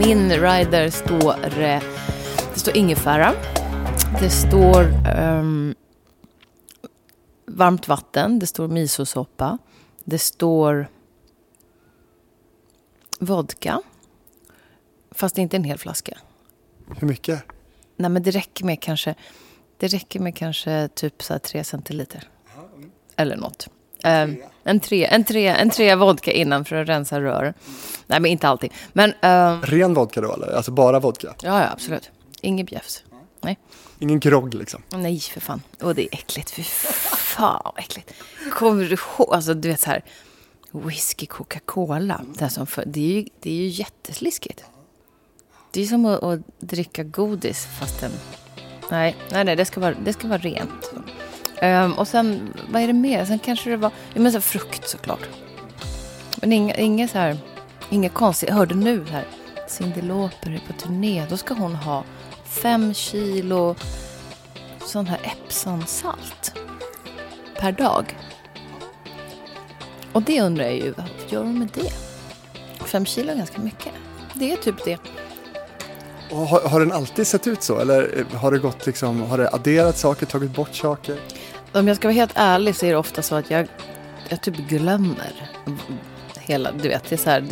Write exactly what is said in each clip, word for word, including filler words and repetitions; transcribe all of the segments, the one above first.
min rider står eh, det står ingefära. Det står um, varmt vatten. Det står misosoppa. Det står vodka. Fast inte en hel flaska. Hur mycket? Nej, men det räcker med kanske det räcker med kanske typ så här tre centiliter. Mm. Eller något. Um, en tre en tre en tre vodka innan för att rensa rör. Mm. Nej, men inte alltid. Men um, ren vodka då eller? Alltså bara vodka? Ja, ja, absolut. Ingen bjäfs. Mm. Nej. Ingen grogg liksom. Nej, för fan. Och det är äckligt. Fy fan, vad äckligt. Kommer du ihåg, alltså du vet så här whisky, Coca-Cola. Det är, som för, det är ju det är ju jättesliskigt. Det är som att, att dricka godis fast en nej, nej, nej, det ska vara det ska vara rent. Um, och sen vad är det mer? Sen kanske det var jag menar så frukt såklart. Men inga inga så här inga konstigt. Jag hörde nu här Cyndi Lauper är på turné. Då ska hon ha fem kilo sån här Epsom-salt per dag. Och det undrar jag ju, vad gör de med det? Fem kilo är ganska mycket. Det är typ det. Och har, har den alltid sett ut så? Eller har det gått liksom, har det adderat saker, tagit bort saker? Om jag ska vara helt ärlig så är det ofta så att jag, jag typ glömmer hela, du vet, det är så här. Det,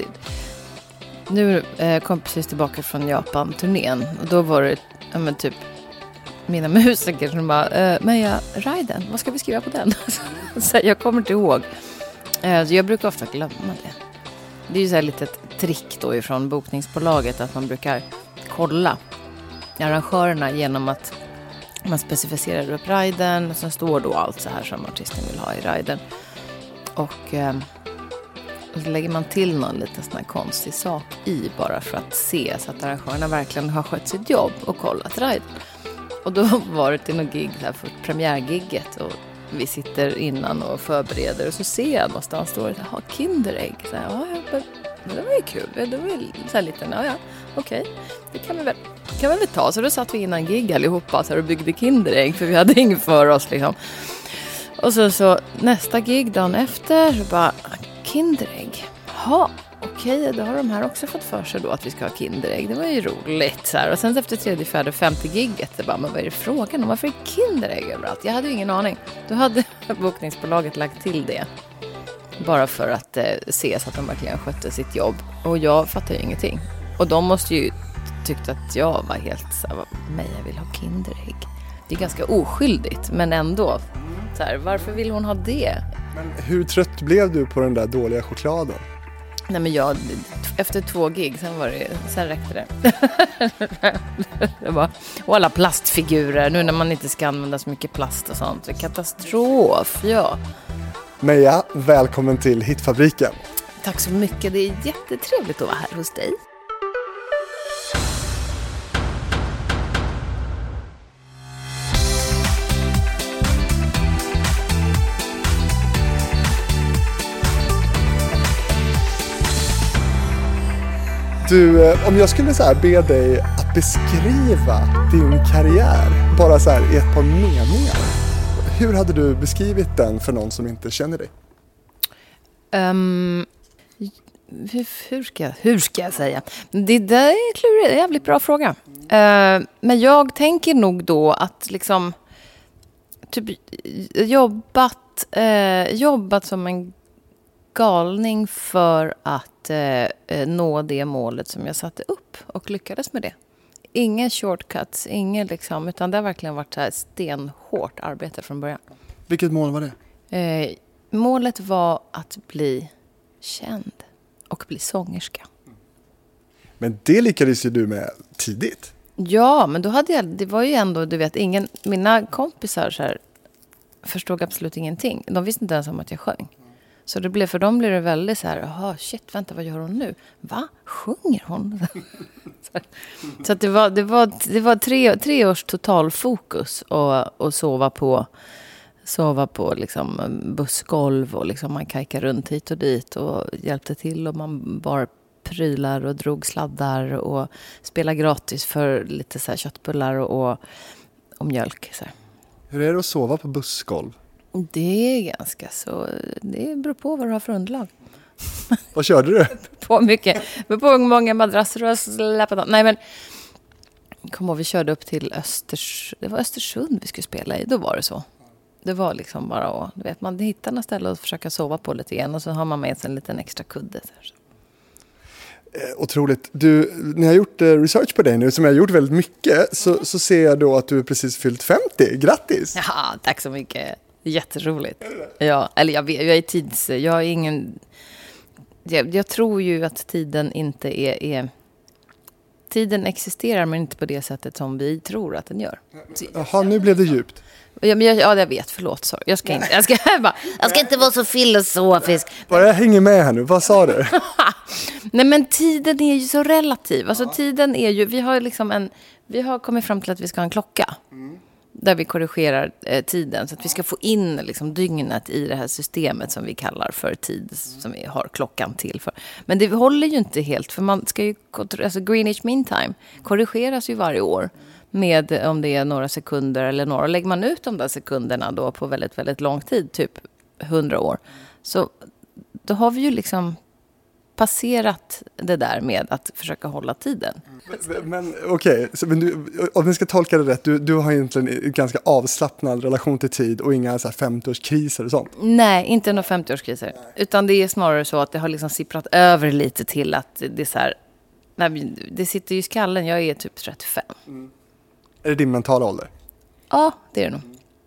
nu eh, kom precis tillbaka från Japan-turnén och då var det ja, men typ mina musiker som bara, eh, men jag, riden, vad ska vi skriva på den? Så jag kommer inte ihåg. Eh, så jag brukar ofta glömma det. Det är ju så här lite ett trick då ifrån bokningsbolaget att man brukar kolla arrangörerna genom att man specificerar upp riden och sen står då allt så här som artisten vill ha i riden. Och eh, Och så lägger man till någon liten sån här konstig sak i bara för att se så att arrangörerna verkligen har skött sitt jobb och kollat ride. Och då var det till någon gig här för premiärgigget och vi sitter innan och förbereder och så ser jag någonstans står det ha Kinderägg. Så här, ja, ja, det var ju kul. Det var ju så här liten, ja, ja, okej. Okay. Det kan vi väl, kan vi väl ta. Så då satt vi innan gig allihopa så här, och byggde Kinderägg för vi hade inget för oss liksom. Och så, så nästa gig dagen efter så bara Kinderägg. Ja, okej, då har de här också fått för sig då att vi ska ha Kinderägg. Det var ju roligt så här. Och sen efter tredje, fjärde, femte gigget det bara, men vad är det frågan om? Varför är Kinderägg överallt? Jag hade ju ingen aning. Då hade bokningsbolaget lagt till det. Bara för att eh, se så att de verkligen skötte sitt jobb. Och jag fattar ju ingenting. Och de måste ju tyckt att jag var helt så här, nej, jag vill ha Kinderägg. Det är ganska oskyldigt, men ändå. Så här, varför vill hon ha det? Men hur trött blev du på den där dåliga chokladen? Nej, men jag, efter två gig, sen var det, sen räckte det. Det var, och alla plastfigurer, nu när man inte ska använda så mycket plast och sånt. Det är katastrof, ja. Meja, välkommen till Hitfabriken. Tack så mycket, det är jättetrevligt att vara här hos dig. Du, om jag skulle så här be dig att beskriva din karriär, bara så här i ett par meningar. Hur hade du beskrivit den för någon som inte känner dig? Um, hur, hur, ska jag, hur ska jag säga? Det där är klurigt, en jävligt bra fråga. Uh, men jag tänker nog då att liksom typ jobbat, uh, jobbat som en galning för att eh, nå det målet som jag satte upp och lyckades med det. Inga shortcuts, ingen liksom, utan det har verkligen varit så här stenhårt arbete från början. Vilket mål var det? Eh, målet var att bli känd och bli sångerska. Men det lyckades ju du med tidigt. Ja, men då hade jag, det var ju ändå, du vet, ingen, mina kompisar så här, förstod absolut ingenting. De visste inte ens om att jag sjöng. Så det blev, för dem blev det väldigt så här, jaha, shit, vänta, vad gör hon nu? Va? Sjunger hon? så så att det var, det var, det var tre, tre års totalfokus och, och sova på, sova på liksom bussgolv och liksom man kajkade runt hit och dit och hjälpte till och man bar prylar och drog sladdar och spelade gratis för lite så här köttbullar och, och, och mjölk. Så här. Hur är det att sova på bussgolv? Det är ganska så, det beror på vad du har för underlag. Vad körde du? på mycket. På många madrasser och släppat av. Nej, men kom ihåg, vi körde upp till Östers... Det var Östersund vi skulle spela i. Då var det så. Det var liksom bara att, du vet, man hittar något ställe och försöka sova på lite igen. Och så har man med sig en liten extra kudde. Otroligt. Du, när jag har gjort research på dig nu, som jag har gjort väldigt mycket, så, så ser jag då att du precis fyllt femtio. Grattis! Ja, tack så mycket. Jätteroligt. Ja, eller jag vet, jag är tids... Jag är ingen... Jag, jag tror ju att tiden inte är, är... Tiden existerar, men inte på det sättet som vi tror att den gör. Jaha, nu blev det djupt. Ja, men jag, ja, jag vet. Förlåt, sorry. Jag ska inte, jag ska, jag bara, jag ska inte vara så filosofisk. Bara jag hänger med här nu. Vad sa du? Nej, men tiden är ju så relativ. Alltså tiden är ju... Vi har liksom en... Vi har kommit fram till att vi ska ha en klocka. Mm. Där vi korrigerar eh, tiden. Så att vi ska få in liksom, dygnet i det här systemet som vi kallar för tid. Mm. Som vi har klockan till för. Men det håller ju inte helt. För man ska ju... Alltså Greenwich Mean Time korrigeras ju varje år. Med om det är några sekunder eller några. Lägger man ut de där sekunderna då på väldigt, väldigt lång tid. Typ hundra år. Så då har vi ju liksom... passerat det där med att försöka hålla tiden. Men, men okej, okay. Men du, om jag ska tolka det rätt, du, du har egentligen en ganska avslappnad relation till tid och inga så här femtioårskriser och sånt? Nej, inte några femtioårskriser. Nej. Utan det är snarare så att det har liksom sipprat över lite till att det är så här, nej, det sitter ju i skallen, jag är typ trettiofem. Mm. Är det din mentala ålder? Ja, det är det nog.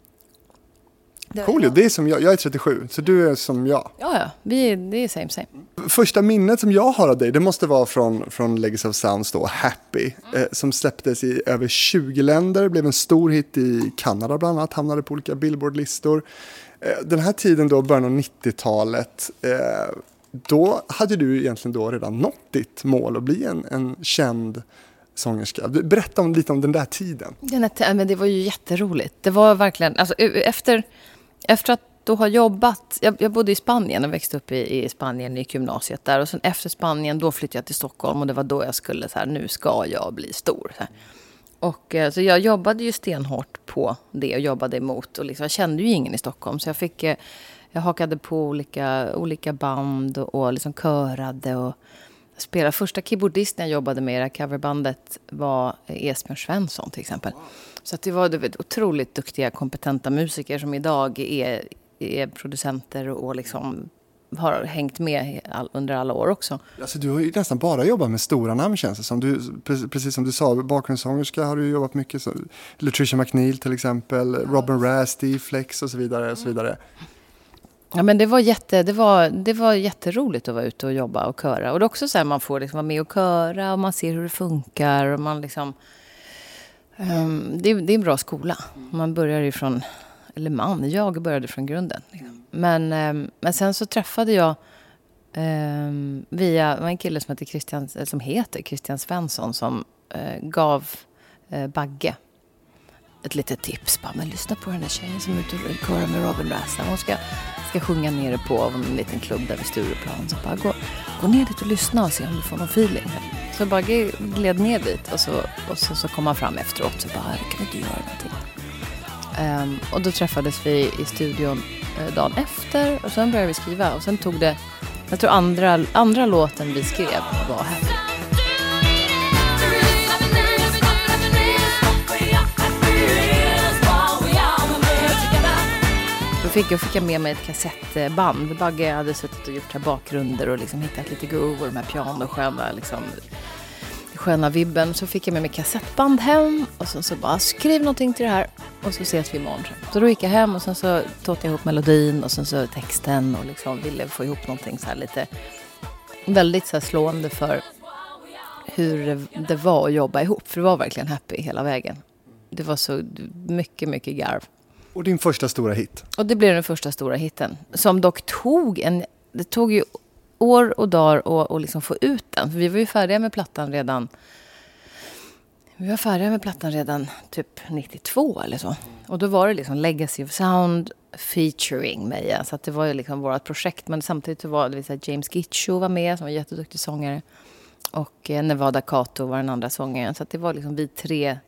Det cool, ja. Det är som jag. Jag är trettiosju, så du är som jag. Ja, ja. Vi är, det är same, same. Första minnet som jag har av dig, det måste vara från, från Legacy of Sounds då, Happy. Mm. Eh, som släpptes i över tjugo länder, blev en stor hit i Kanada bland annat, hamnade på olika Billboard-listor. Eh, den här tiden då, början av nittiotalet, eh, då hade du egentligen då redan nått ditt mål att bli en, en känd sångerska. Berätta om, lite om den där tiden. Den här, men det var ju jätteroligt. Det var verkligen, alltså efter... Efter att då ha jobbat, jag, jag bodde i Spanien och växte upp i, i Spanien, gick gymnasiet där. Och sen efter Spanien, då flyttade jag till Stockholm och det var då jag skulle så här, nu ska jag bli stor. Så här. Och så jag jobbade ju stenhårt på det och jobbade emot. Och liksom, jag kände ju ingen i Stockholm så jag fick, jag hakade på olika, olika band och, och liksom körade och spelade. Första keyboardisten jag jobbade med i det här coverbandet var Esbjörn Svensson till exempel. Så att det var det, otroligt duktiga, kompetenta musiker som idag är, är producenter och liksom har hängt med all, under alla år också. Alltså, du har ju nästan bara jobbat med stora namn, känns det som. Du, precis som du sa, bakgrundssångerska har du jobbat mycket. Så, Latricia McNeil till exempel, Robin Rast, Steve Flex och så vidare. Och så vidare. Ja, men det var, jätte, det, var, det var jätteroligt att vara ute och jobba och köra. Och det är också så här, man får liksom vara med och köra och man ser hur det funkar och man liksom... Um, det, det är en bra skola. Man börjar ifrån, eller man, jag började från grunden. Liksom. Men, um, men sen så träffade jag um, via en kille som heter Christian, som heter Christian Svensson som uh, gav uh, Bagge ett litet tips. Bara, men lyssna på den där tjejen som är ute och körar med Robin Rast. Hon ska, ska sjunga nere på en liten klubb där vid Stureplan. Så bara gå, gå ner dit och lyssna och se om du får någon feeling. Så bara gled ner dit och så, och så, så kom han fram efteråt. Så bara, kan vi inte göra någonting? Um, och då träffades vi i studion uh, dagen efter. Och sen började vi skriva. Och sen tog det, jag tror andra, andra låten vi skrev var Happy. Då fick jag, fick jag med mig ett kassettband. Bagge hade suttit och gjort här bakgrunder och liksom hittat lite groove och de här pianosköna, liksom, sköna vibben. Så fick jag med mig kassettband hem och så, så bara skriv någonting till det här och så ses vi imorgon. Så då gick jag hem och sen så tog jag ihop melodin och sen så texten och liksom ville få ihop någonting så här lite väldigt så här slående för hur det var att jobba ihop. För det var verkligen happy hela vägen. Det var så mycket, mycket garv. Och din första stora hit? Och det blev den första stora hitten. Som dock tog en... Det tog ju år och dagar och, och liksom få ut den. För vi var ju färdiga med plattan redan... Vi var färdiga med plattan redan typ nittiotvå eller så. Och då var det liksom Legacy of Sound featuring mig. Så att det var ju liksom vårt projekt. Men samtidigt så var det så här, James Gitcho var med som var en jätteduktig sångare. Och Nevada Kato var den andra sångaren. Så att det var liksom vi tre...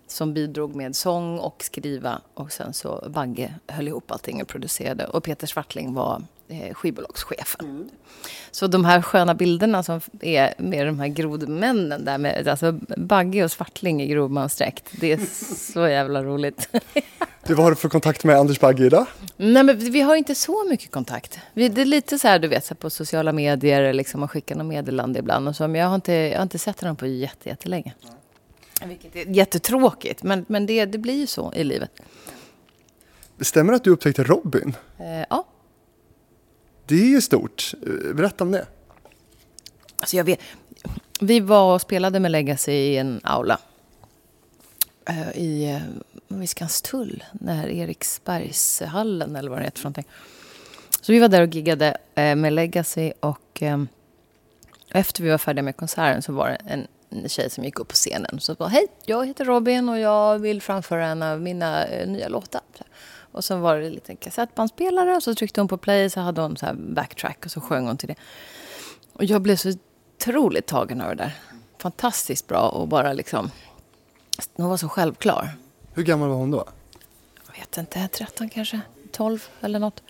som bidrog med sång och skriva. Och sen så Bagge höll ihop allting och producerade. Och Peter Swartling var eh, skivbolagschefen. Mm. Så de här sköna bilderna som är med de här grodmännen där med, alltså Bagge och Swartling i grovmansdräkt. Det är så jävla roligt. Du, vad har du för kontakt med Anders Bagge idag? Nej, men vi har inte så mycket kontakt. Vi, det är lite så här, du vet, så på sociala medier liksom, man skickar någon meddelande ibland och så, men jag har inte, jag har inte sett honom på jätte, jättelänge. Mm. Vilket är jättetråkigt, men, men det, det blir ju så i livet. Stämmer att du upptäckte Robin? Eh, ja. Det är ju stort. Berätta om det. Alltså jag vet, vi var och spelade med Legacy i en aula. Uh, I uh, Viskanstull, när Eriksbergshallen eller vad det heter för någonting. Så vi var där och giggade uh, med Legacy och um, efter vi var färdiga med konserten så var det en, en tjej som gick upp på scenen och så sa, hej, jag heter Robin och jag vill framföra en av mina uh, nya låtar. Och så var det en liten kassettbandspelare och så tryckte hon på play så hade hon så här backtrack och så sjöng hon till det. Och jag blev så otroligt tagen av det där. Fantastiskt bra och bara liksom, hon var så självklar. Hur gammal var hon då? Jag vet inte, tretton kanske, tolv eller något.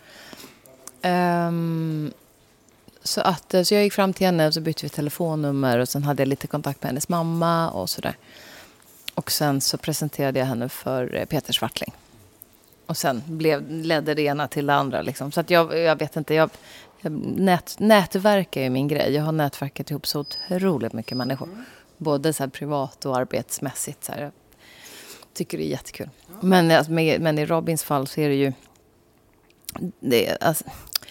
Um, så, att, så jag gick fram till henne och så bytte vi telefonnummer och sen hade jag lite kontakt med hennes mamma och sådär. Och sen så presenterade jag henne för Peter Swartling. Och sen blev, ledde det ena till det andra. Liksom. Så att jag, jag vet inte, jag, jag nät, nätverkar är min grej. Jag har nätverkat ihop så otroligt mycket människor. Både så här privat och arbetsmässigt. Så här. Jag tycker det är jättekul. Men, alltså, med, men i Robins fall så är det ju... Det, alltså,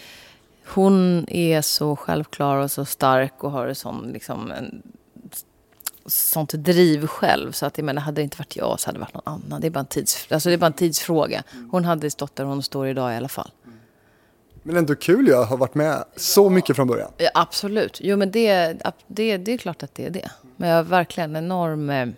hon är så självklar och så stark och har en sån, liksom, en, sånt driv själv. Så att jag menar, hade det inte varit jag så hade det varit någon annan. Det är bara en, tids, alltså, det är bara en tidsfråga. Hon hade stått där hon står idag i alla fall. Men ändå kul jag har varit med så mycket från början. Ja, absolut. Jo, men det, det, det är klart att det är det. Men jag har verkligen enorm,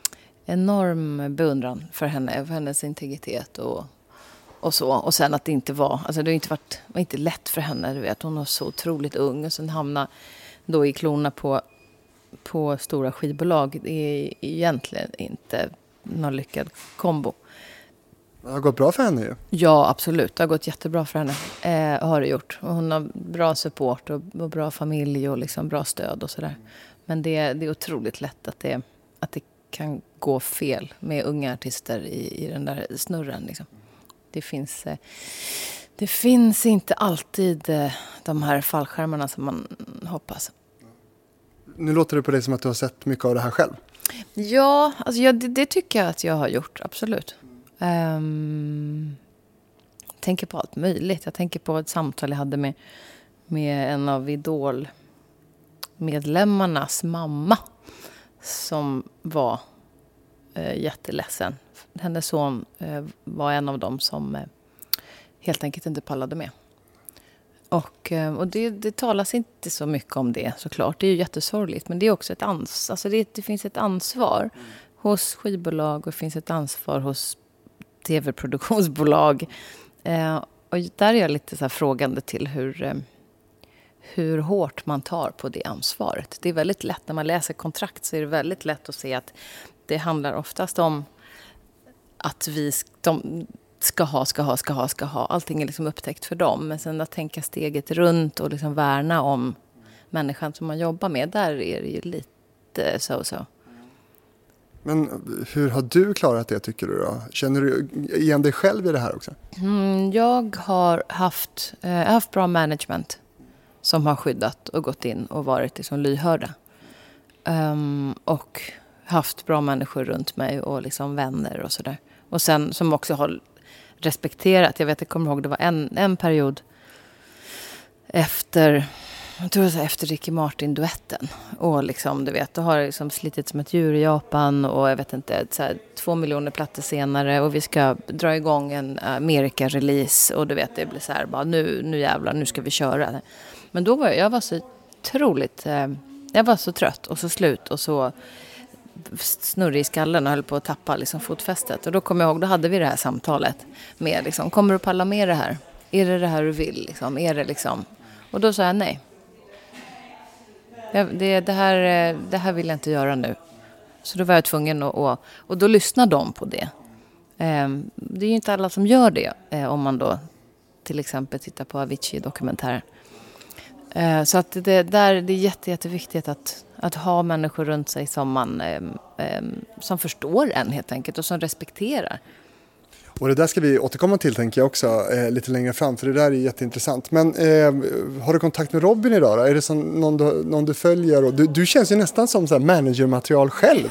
enorm beundran för henne, för hennes integritet och, och så. Och sen att det inte var, alltså det har inte varit, var inte lätt för henne, du vet. Hon var så otroligt ung och sen hamna då i klorna på, på stora skivbolag. Det är egentligen inte någon lyckad kombo. Det har gått bra för henne ju. Ja, absolut. Det har gått jättebra för henne. Eh, har det gjort. Och hon har bra support och, och bra familj och liksom bra stöd och sådär. Men det, det är otroligt lätt att det, att det kan gå fel med unga artister i, i den där snurren. Liksom. Det, finns, eh, det finns inte alltid eh, de här fallskärmarna som man hoppas. Nu låter det på dig som att du har sett mycket av det här själv. Ja, alltså jag, det, det tycker jag att jag har gjort. Absolut. Um, jag tänker på allt möjligt. Jag tänker på ett samtal jag hade med, med en av Idol-medlemmarnas mamma som var uh, jätteledsen. Hennes son uh, var en av dem som uh, helt enkelt inte pallade med. Och, uh, och det, det talas inte så mycket om det såklart. Det är ju jättesorgligt. Men det är också ett ansvar. Alltså det, det finns ett ansvar mm. hos skivbolag och det finns ett ansvar hos tv-produktionsbolag. Eh, och där är jag lite så här frågande till hur, eh, hur hårt man tar på det ansvaret. Det är väldigt lätt, när man läser kontrakt så är det väldigt lätt att se att det handlar oftast om att vi de ska ha, ska ha, ska ha, ska ha. Allting är liksom upptäckt för dem. Men sen att tänka steget runt och liksom värna om människan som man jobbar med, där är det ju lite så-så. Men hur har du klarat det, tycker du då? Känner du igen dig själv i det här också? Mm, jag har haft, eh, jag har haft bra management som har skyddat och gått in och varit liksom lyhörda. Um, och haft bra människor runt mig och liksom vänner och sådär. Och sen som också har respekterat, jag vet, jag kommer ihåg, det var en, en period efter... Jag tror det var efter Ricky Martin-duetten. Och liksom, du vet, då har det liksom slitit som ett djur i Japan. Och jag vet inte, så här, två miljoner plattor senare. Och vi ska dra igång en Amerika-release. Och du vet, det blir så här, bara nu, nu jävlar, nu ska vi köra. Men då var jag, jag var så otroligt, eh, jag var så trött och så slut. Och så snurrig i skallen och höll på att tappa liksom fotfästet. Och då kom jag ihåg, då hade vi det här samtalet. Med liksom, kommer du palla med det här? Är det det här du vill? Liksom? Är det liksom... Och då sa jag nej. Det, det, här, det här vill jag inte göra nu. Så då var jag tvungen att, och, och då lyssnar de på det. Eh, det är ju inte alla som gör det, eh, om man då till exempel tittar på Avicii-dokumentärer. Eh, så att det, där, det är jätte, jätteviktigt att, att ha människor runt sig som, man, eh, eh, som förstår en helt enkelt och som respekterar. Och det där ska vi återkomma till, tänker jag också, eh, lite längre fram, för det där är jätteintressant. Men eh, har du kontakt med Robin idag då? Är det som någon du, någon du följer? Och du, du känns ju nästan som så här managermaterial själv.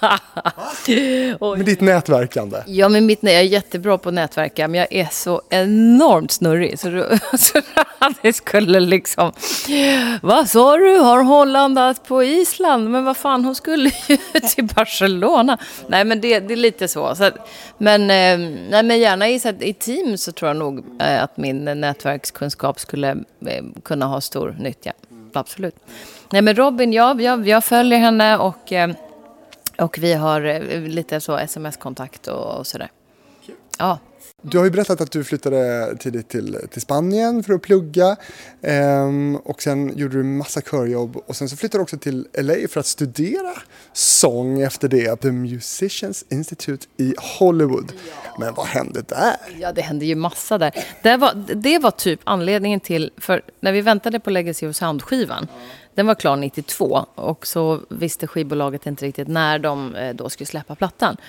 Med ditt nätverkande. Ja, men mitt, jag är jättebra på att nätverka, men jag är så enormt snurrig. Så, du, så det skulle liksom... Vad sa du? Har hon landat på Island? Men vad fan, hon skulle ju till Barcelona. Nej, men det, det är lite så. så att, men... Eh, Nej, men gärna i, i team så tror jag nog eh, att min nätverkskunskap skulle eh, kunna ha stor nytta. Absolut. Nej, men Robin, ja, jag, jag följer henne och, eh, och vi har eh, lite så sms-kontakt och, och sådär. Ja. Du har ju berättat att du flyttade tidigt till, till Spanien för att plugga ehm, och sen gjorde du massa körjobb och sen så flyttade du också till L A för att studera sång efter det, The Musicians Institute i Hollywood. Ja. Men vad hände där? Ja, det hände ju massa där. Det var, det var typ anledningen till, för när vi väntade på Legacy of Sound-skivan, ja. Den var klar nittiotvå och så visste skivbolaget inte riktigt när de eh, då skulle släppa plattan.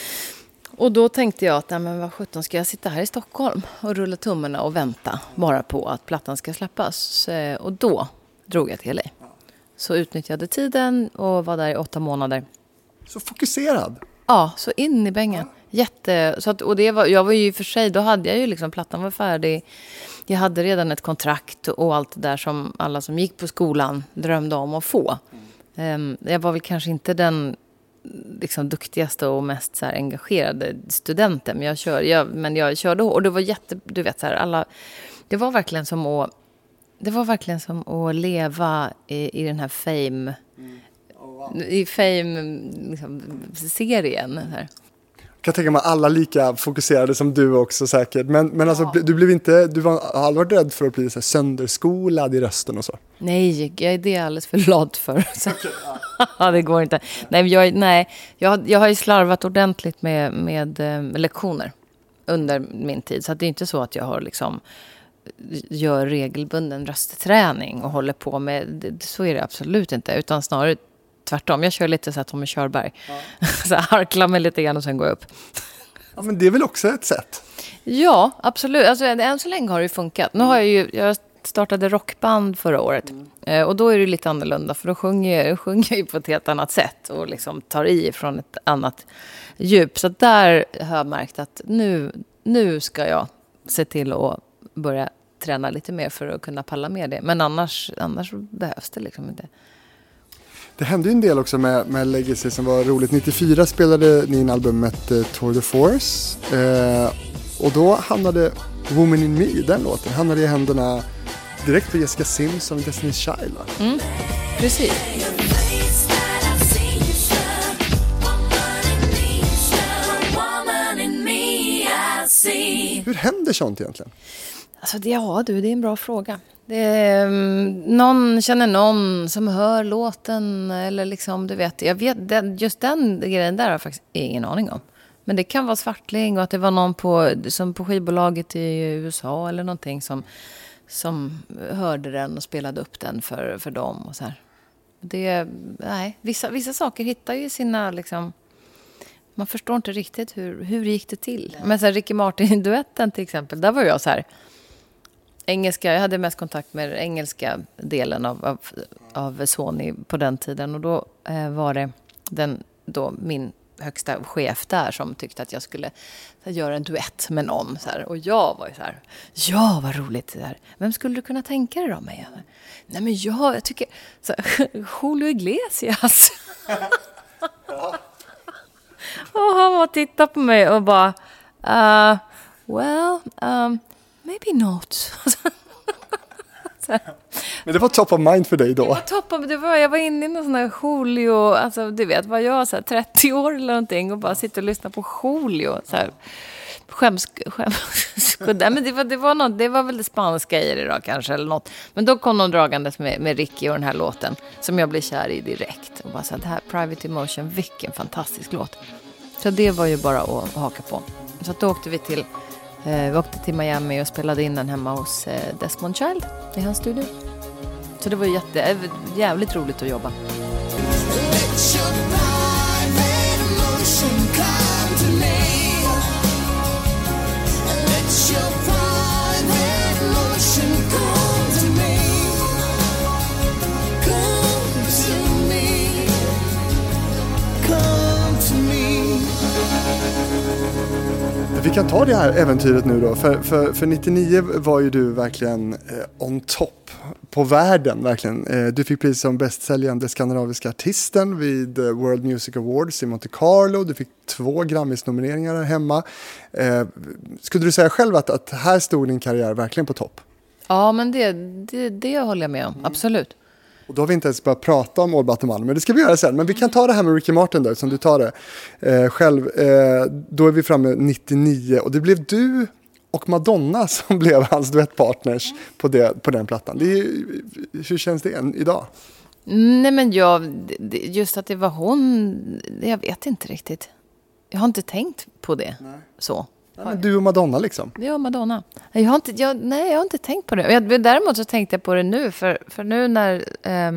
Och då tänkte jag att nej, men vad sjutton, ska jag sitta här i Stockholm och rulla tummarna och vänta bara på att plattan ska släppas. Och då drog jag till L A. Så utnyttjade tiden och var där i åtta månader. Så fokuserad? Ja, så in i bängen. Jätte, så att, och det var, jag var ju för sig, då hade jag ju liksom, plattan var färdig. Jag hade redan ett kontrakt och allt det där som alla som gick på skolan drömde om att få. Mm. Jag var väl kanske inte den... liksom duktigaste och mest så här engagerade studenten, men jag kör jag, men jag körde och det var jätte, du vet så här, alla, det var verkligen som att det var verkligen som att leva i, i den här fame mm. oh, wow. i fame liksom, serien här. Jag kan tänka mig alla lika fokuserade som du också säkert. Men, men alltså, ja. du blev inte, du var aldrig varit rädd för att bli så här sönderskolad i rösten och så? Nej, jag är det alldeles för lat för. Okay, ja. Ja, det går inte. Nej, jag, nej jag, jag har ju slarvat ordentligt med, med, med lektioner under min tid. Så att det är inte så att jag har liksom gör regelbunden röstträning och håller på med, så är det absolut inte. Utan snarare tvärtom, jag kör lite så att Tommy Körberg. Ja. Så harklar mig lite grann och sen går jag upp. Ja, men det är väl också ett sätt? Ja, absolut. Alltså, än så länge har det funkat. Nu har jag ju, jag startade rockband förra året. Mm. Eh, och då är det lite annorlunda, för då sjunger jag, sjunger jag ju på ett helt annat sätt. Och liksom tar i från ett annat djup. Så där har jag märkt att nu, nu ska jag se till att börja träna lite mer för att kunna palla med det. Men annars, annars behövs det liksom inte. Det hände ju en del också med, med Legacy som var roligt. nittiofyra spelade ni in albumet uh, Tour de Force. Uh, och då hamnade Woman in Me, den låten, hamnade i händerna direkt på Jessica Simpson och Destiny's Child. Mm, precis. Hur händer sånt egentligen? Alltså, det, ja du, det är en bra fråga. Det är, um, någon känner någon som hör låten eller liksom, du vet, jag vet den, just den grejen där har jag faktiskt ingen aning om. Men det kan vara Svartling och att det var någon på, som på skivbolaget i U S A eller någonting som, som hörde den och spelade upp den för, för dem och så här. Det, nej, vissa, vissa saker hittar ju sina liksom, man förstår inte riktigt hur, hur gick det till. Men så här, Ricky Martin-duetten till exempel, där var jag så här, engelska, jag hade mest kontakt med den engelska delen av, av, av Sony på den tiden. Och då eh, var det den, då min högsta chef där som tyckte att jag skulle här, göra en duett med någon. Så här. Och jag var ju så här, ja vad roligt det där. Vem skulle du kunna tänka dig då med? Nej men jag, jag tycker, så här, Julio Iglesias. Ja. Och han var titta på mig och bara, uh, well, um, maybe not. Men det var top of mind för dig då? Det var top of, det var, jag var inne i någon sån här Julio, alltså du vet, var jag så här trettio år eller någonting och bara sitter och lyssnar på Julio. Så här, skäms, skäms, Nej, men det var, det, var något, det var väl det spanska i det då kanske eller något. Men då kom de dragandes med, med Ricky och den här låten som jag blev kär i direkt. Och bara så här, det här Private Emotion, vilken fantastisk låt. Så det var ju bara att haka på. Så att då åkte vi till, eh, vi åkte till Miami och spelade in den hemma hos eh, Desmond Child i hans studio. Så det var jätte, jävligt roligt att jobba. Vi kan ta det här äventyret nu då, för, för, för nittionio var ju du verkligen eh, on top på världen, verkligen. Eh, du fick pris som bästsäljande skandinaviska artisten vid eh, World Music Awards i Monte Carlo. Du fick två Grammis-nomineringar här hemma. Eh, skulle du säga själv att, att här stod din karriär verkligen på topp? Ja, men det, det, det håller jag med om, absolut. Och då har vi inte ens börjat prata om All About the Money, men det ska vi göra sen. Men vi kan ta det här med Ricky Martin där, som du tar det eh, själv. Eh, då är vi framme nittionio och det blev du och Madonna som blev hans duettpartners på, det, på den plattan. Det är, hur känns det än idag? Nej, men jag, just att det var hon, jag vet inte riktigt. Jag har inte tänkt på det. Nej. Så. Ja, men du och Madonna liksom. Ja, Madonna. Jag har inte, jag, nej, jag har inte tänkt på det. Jag, däremot så tänkte jag på det nu. För, för nu när eh,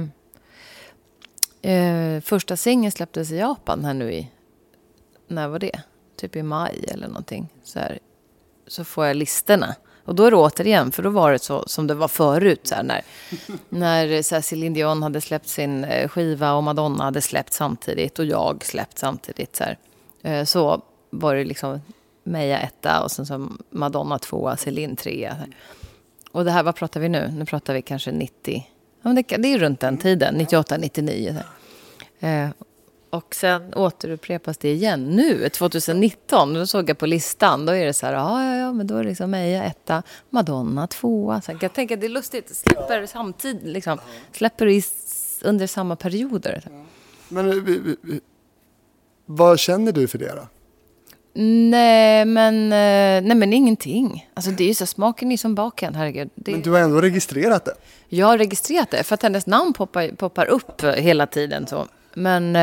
eh, första singeln släpptes i Japan här nu i, när var det? Typ i maj eller någonting. Så, här, så får jag listorna. Och då är det återigen, för då var det så som det var förut. Så här, när när så här, Celine Dion hade släppt sin skiva och Madonna hade släppt samtidigt. Och jag släppt samtidigt. Så, här. Eh, så var det liksom... Meja etta och sen så Madonna tvåa, Celine trea. Och det här, vad pratar vi nu? Nu pratar vi kanske nittio. Ja, men det, det är runt den tiden, nittioåtta nittionio. Eh, och sen återupprepas det igen nu, tjugonitton. Då såg jag på listan, då är det så här, ja, ja, ja, men då är det liksom Meja etta, Madonna tvåa. Så jag tänker att det är lustigt, släpper samtidigt, liksom, släpper i, under samma perioder. Men vad känner du för det då? Nej men, nej, men ingenting. Alltså det är ju så, smaken är som baken, herregud. Det... Men du har ändå registrerat det? Jag har registrerat det, för att hennes namn poppar, poppar upp hela tiden. Så. Men,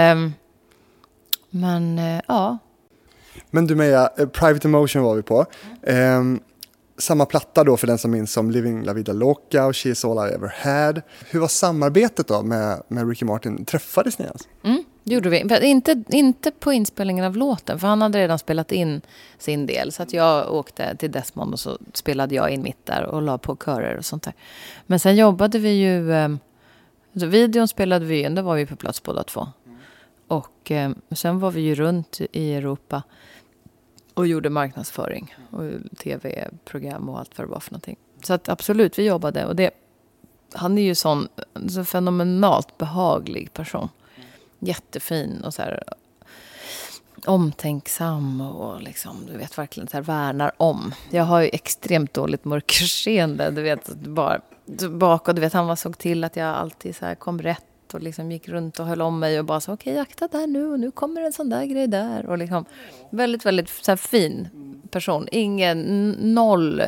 men ja. Men du Meja, Private Emotion var vi på. Mm. Eh, samma platta då för den som minns som Living La Vida Loca och She's All I Ever Had. Hur var samarbetet då med, med Ricky Martin? Träffades ni ens? Mm. Gjorde vi. Inte, inte på inspelningen av låten, för han hade redan spelat in sin del. Så att jag åkte till Desmond och så spelade jag in mitt där och la på körer och sånt där. Men sen jobbade vi ju, alltså videon spelade vi in, då var vi på plats båda två. Mm. Och eh, sen var vi ju runt i Europa och gjorde marknadsföring och tv-program och allt vad det var för någonting. Så att absolut, vi jobbade. Och det, han är ju sån, så fenomenalt behaglig person. Jättefin och så här omtänksam och liksom, du vet, verkligen så här värnar om. Jag har ju extremt dåligt mörkerseende, du vet, bara bakåt, du vet, han var såg till att jag alltid så här kom rätt och liksom gick runt och höll om mig och bara så okej, okay, akta där nu och nu kommer en sån där grej där och liksom väldigt, väldigt så här fin person. Ingen noll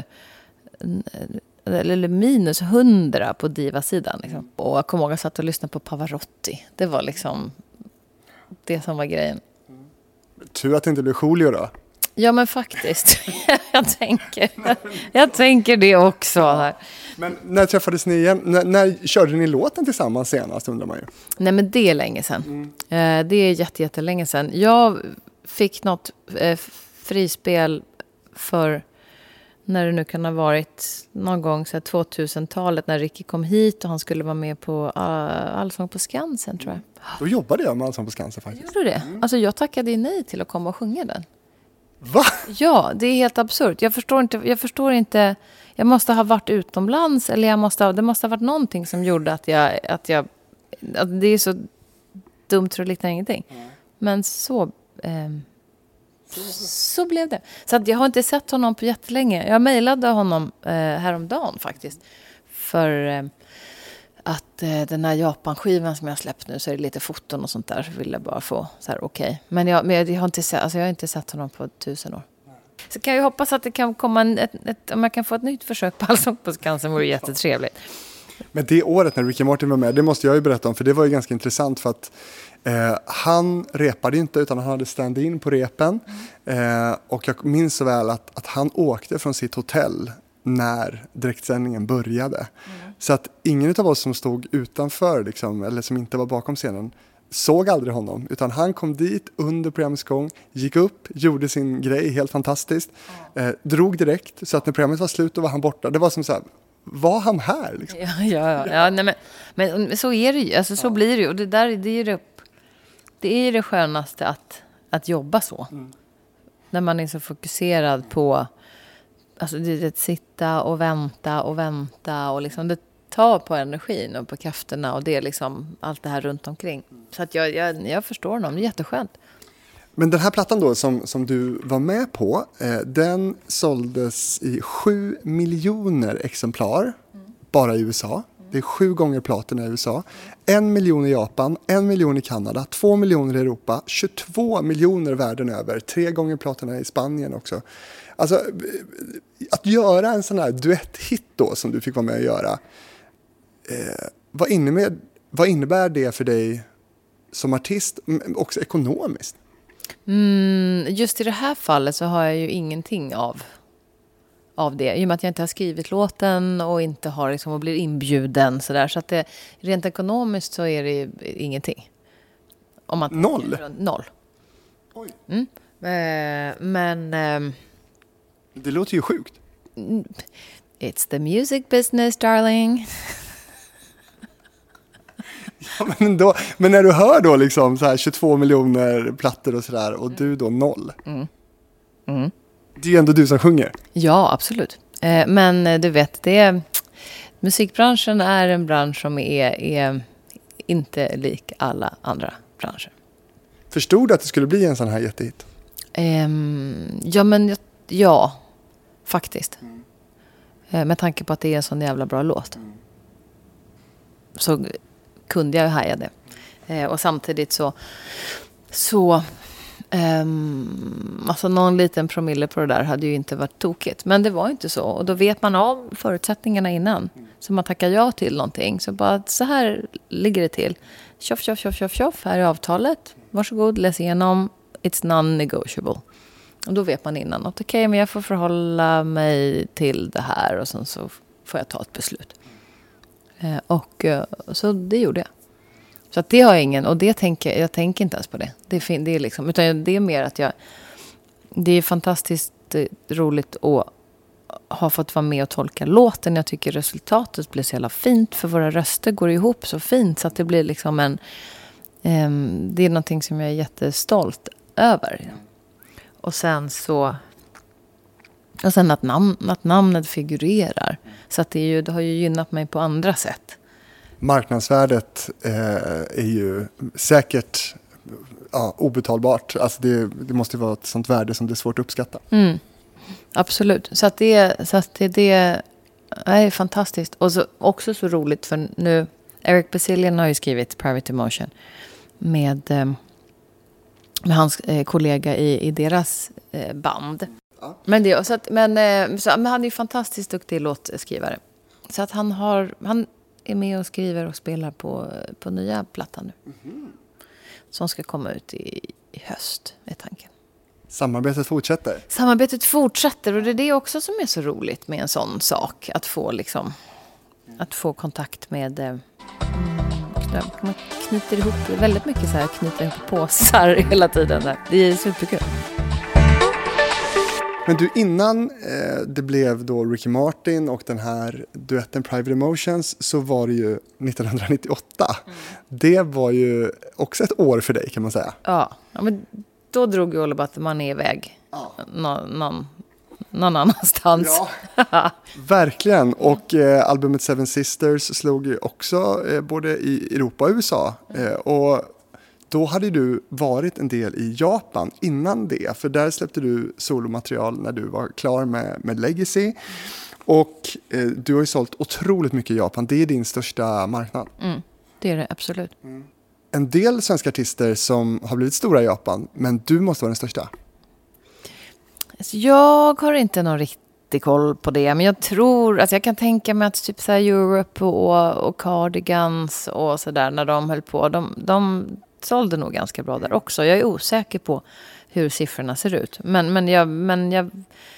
eller minus hundra på diva-sidan. Liksom. Och jag kommer ihåg att jag satt och lyssnade på Pavarotti. Det var liksom det som var grejen. Tur att det inte blev Julio då. Ja, men faktiskt. jag, tänker, jag tänker det också. Här. Men när träffades ni igen? När, när körde ni låten tillsammans senast, undrar man ju? Nej, men det är länge sedan. Mm. Eh, det är jätte, jättelänge sedan. Jag fick något eh, frispel för... När det nu kan ha varit någon gång så här tvåtusentalet när Ricky kom hit och han skulle vara med på uh, Allsång på Skansen, tror jag. Då jobbade jag med Allsång på Skansen faktiskt. Gjorde du det? Mm. Alltså jag tackade nej till att komma och sjunga den. Va? Ja, det är helt absurt. Jag förstår inte, jag förstår inte, jag måste ha varit utomlands eller jag måste ha, det måste ha varit någonting som gjorde att jag, att jag att det är så dumt för att likna ingenting. Mm. Men så... Eh, Så blev det. Så att jag har inte sett honom på jättelänge. Jag mejlade honom eh, häromdagen faktiskt. För eh, att eh, den här Japan-skivan som jag har släppt nu, så är det lite foton och sånt där. Så vill jag bara få så här okej. Okay. Men, jag, men jag, har inte sett, alltså jag har inte sett honom på tusen år. Så kan jag hoppas att det kan komma en, ett, ett, om jag kan få ett nytt försök på Allsång på Skansen vore jättetrevligt. Men det året när Ricky Martin var med, det måste jag ju berätta om, för det var ju ganska intressant för att eh, han repade inte utan han hade stand-in på repen. Eh, och jag minns så väl att, att han åkte från sitt hotell när direktsändningen började. Mm. Så att ingen av oss som stod utanför liksom, eller som inte var bakom scenen såg aldrig honom, utan han kom dit under programmets gång, gick upp, gjorde sin grej helt fantastiskt, eh, drog direkt, så att när programmet var slut då var han borta. Det var som så här, var han här? Liksom? Ja, ja, ja. Nej, men, men så är det ju, alltså, så ja. blir det ju. Och det, där, det, är det, det är det skönaste att, att jobba så. Mm. När man är så fokuserad på alltså, det, att sitta och vänta och vänta och liksom det tar på energin och på krafterna och det är liksom allt det här runt omkring. Så att jag, jag, jag förstår dem, det är jätteskönt. Men den här plattan då som, som du var med på, eh, den såldes i sju miljoner exemplar mm. bara i U S A. Mm. Det är sju gånger platina i U S A. En miljon i Japan, en miljon i Kanada, två miljoner i Europa, tjugotvå miljoner världen över, tre gånger platina i Spanien också. Alltså att göra en sån här duetthit då som du fick vara med och göra, eh, vad, innebär, vad innebär det för dig som artist, också ekonomiskt? Mm, just i det här fallet så har jag ju ingenting av, av det. I och med att jag inte har skrivit låten och inte har liksom, och blir inbjuden. Så, där. Så att det, rent ekonomiskt så är det ingenting. Om man noll? Tänker, noll. Oj. Mm. Eh, men... Eh, det låter ju sjukt. It's the music business, darling. Ja, men, då, men när du hör då liksom så här tjugotvå miljoner plattor och sådär och du då noll. Mm. Mm. Det är ju ändå du som sjunger. Ja, absolut. Eh, men du vet, det är, musikbranschen är en bransch som är, är inte lik alla andra branscher. Förstod du att det skulle bli en sån här jättehit? Eh, ja, men ja, faktiskt. Mm. Eh, med tanke på att det är en sån jävla bra låt. Mm. Så kunde jag haja det. Eh, och samtidigt så så um, alltså någon liten promille på det där hade ju inte varit tokigt. Men det var inte så. Och då vet man av förutsättningarna innan. Så man tackar ja till någonting. Så bara så här ligger det till. Tjoff, tjoff, tjoff, tjoff, tjoff. Här är avtalet. Varsågod, läs igenom. It's non-negotiable. Och då vet man innan att okej, okay, men jag får förhålla mig till det här. Och sen så får jag ta ett beslut. Eh, och så det gjorde jag. Så att det har jag ingen, och det tänker jag tänker inte ens på det. Det är, det är liksom, utan det är mer att jag, det är fantastiskt roligt att ha fått vara med och tolka låten. Jag tycker resultatet blir så jävla fint, för våra röster går ihop så fint så att det blir liksom en, um, det är någonting som jag är jättestolt över. Och sen så och sen att, namn, att namnet figurerar. Så att det, är ju, det har ju gynnat mig på andra sätt. Marknadsvärdet eh, är ju säkert ja, obetalbart. Alltså det, det måste vara ett sånt värde som det är svårt att uppskatta. Mm. Absolut. Så att det, så att det, det är fantastiskt. Och så, också så roligt för nu, Eric Bazilian har ju skrivit Private Emotion med, med hans eh, kollega i, i deras eh, band. Ja. Men, det, så att, men, eh, så, men han är ju fantastiskt duktig låtskrivare. Så att han har... Han, är med och skriver och spelar på, på nya plattan nu. Mm-hmm. Som ska komma ut i, i höst, är tanken. Samarbetet fortsätter? Samarbetet fortsätter, och det är det också som är så roligt med en sån sak. Att få, liksom, att få kontakt med... Mm, man knyter ihop väldigt mycket så här, knyter ihop påsar hela tiden. Där. Det är superkul. Men du, innan eh, det blev då Ricky Martin och den här duetten Private Emotions, så var det ju nittonhundranittioåtta. Mm. Det var ju också ett år för dig, kan man säga. Ja, ja men då drog ju All About The Money iväg. Ja. Nå, någon, någon annanstans. Ja, verkligen. Och eh, albumet Seven Sisters slog ju också eh, både i Europa och U S A. Eh, och då hade du varit en del i Japan innan det. För där släppte du solomaterial när du var klar med, med Legacy. Och eh, du har ju sålt otroligt mycket i Japan. Det är din största marknad. Mm, det är det, absolut. Mm. En del svenska artister som har blivit stora i Japan. Men du måste vara den största. Så jag har inte någon riktig koll på det. Men jag tror, alltså jag kan tänka mig att typ så här Europe och, och Cardigans och sådär när de höll på. De, de sålde nog ganska bra där också. Jag är osäker på hur siffrorna ser ut. Men, men jag... Men jag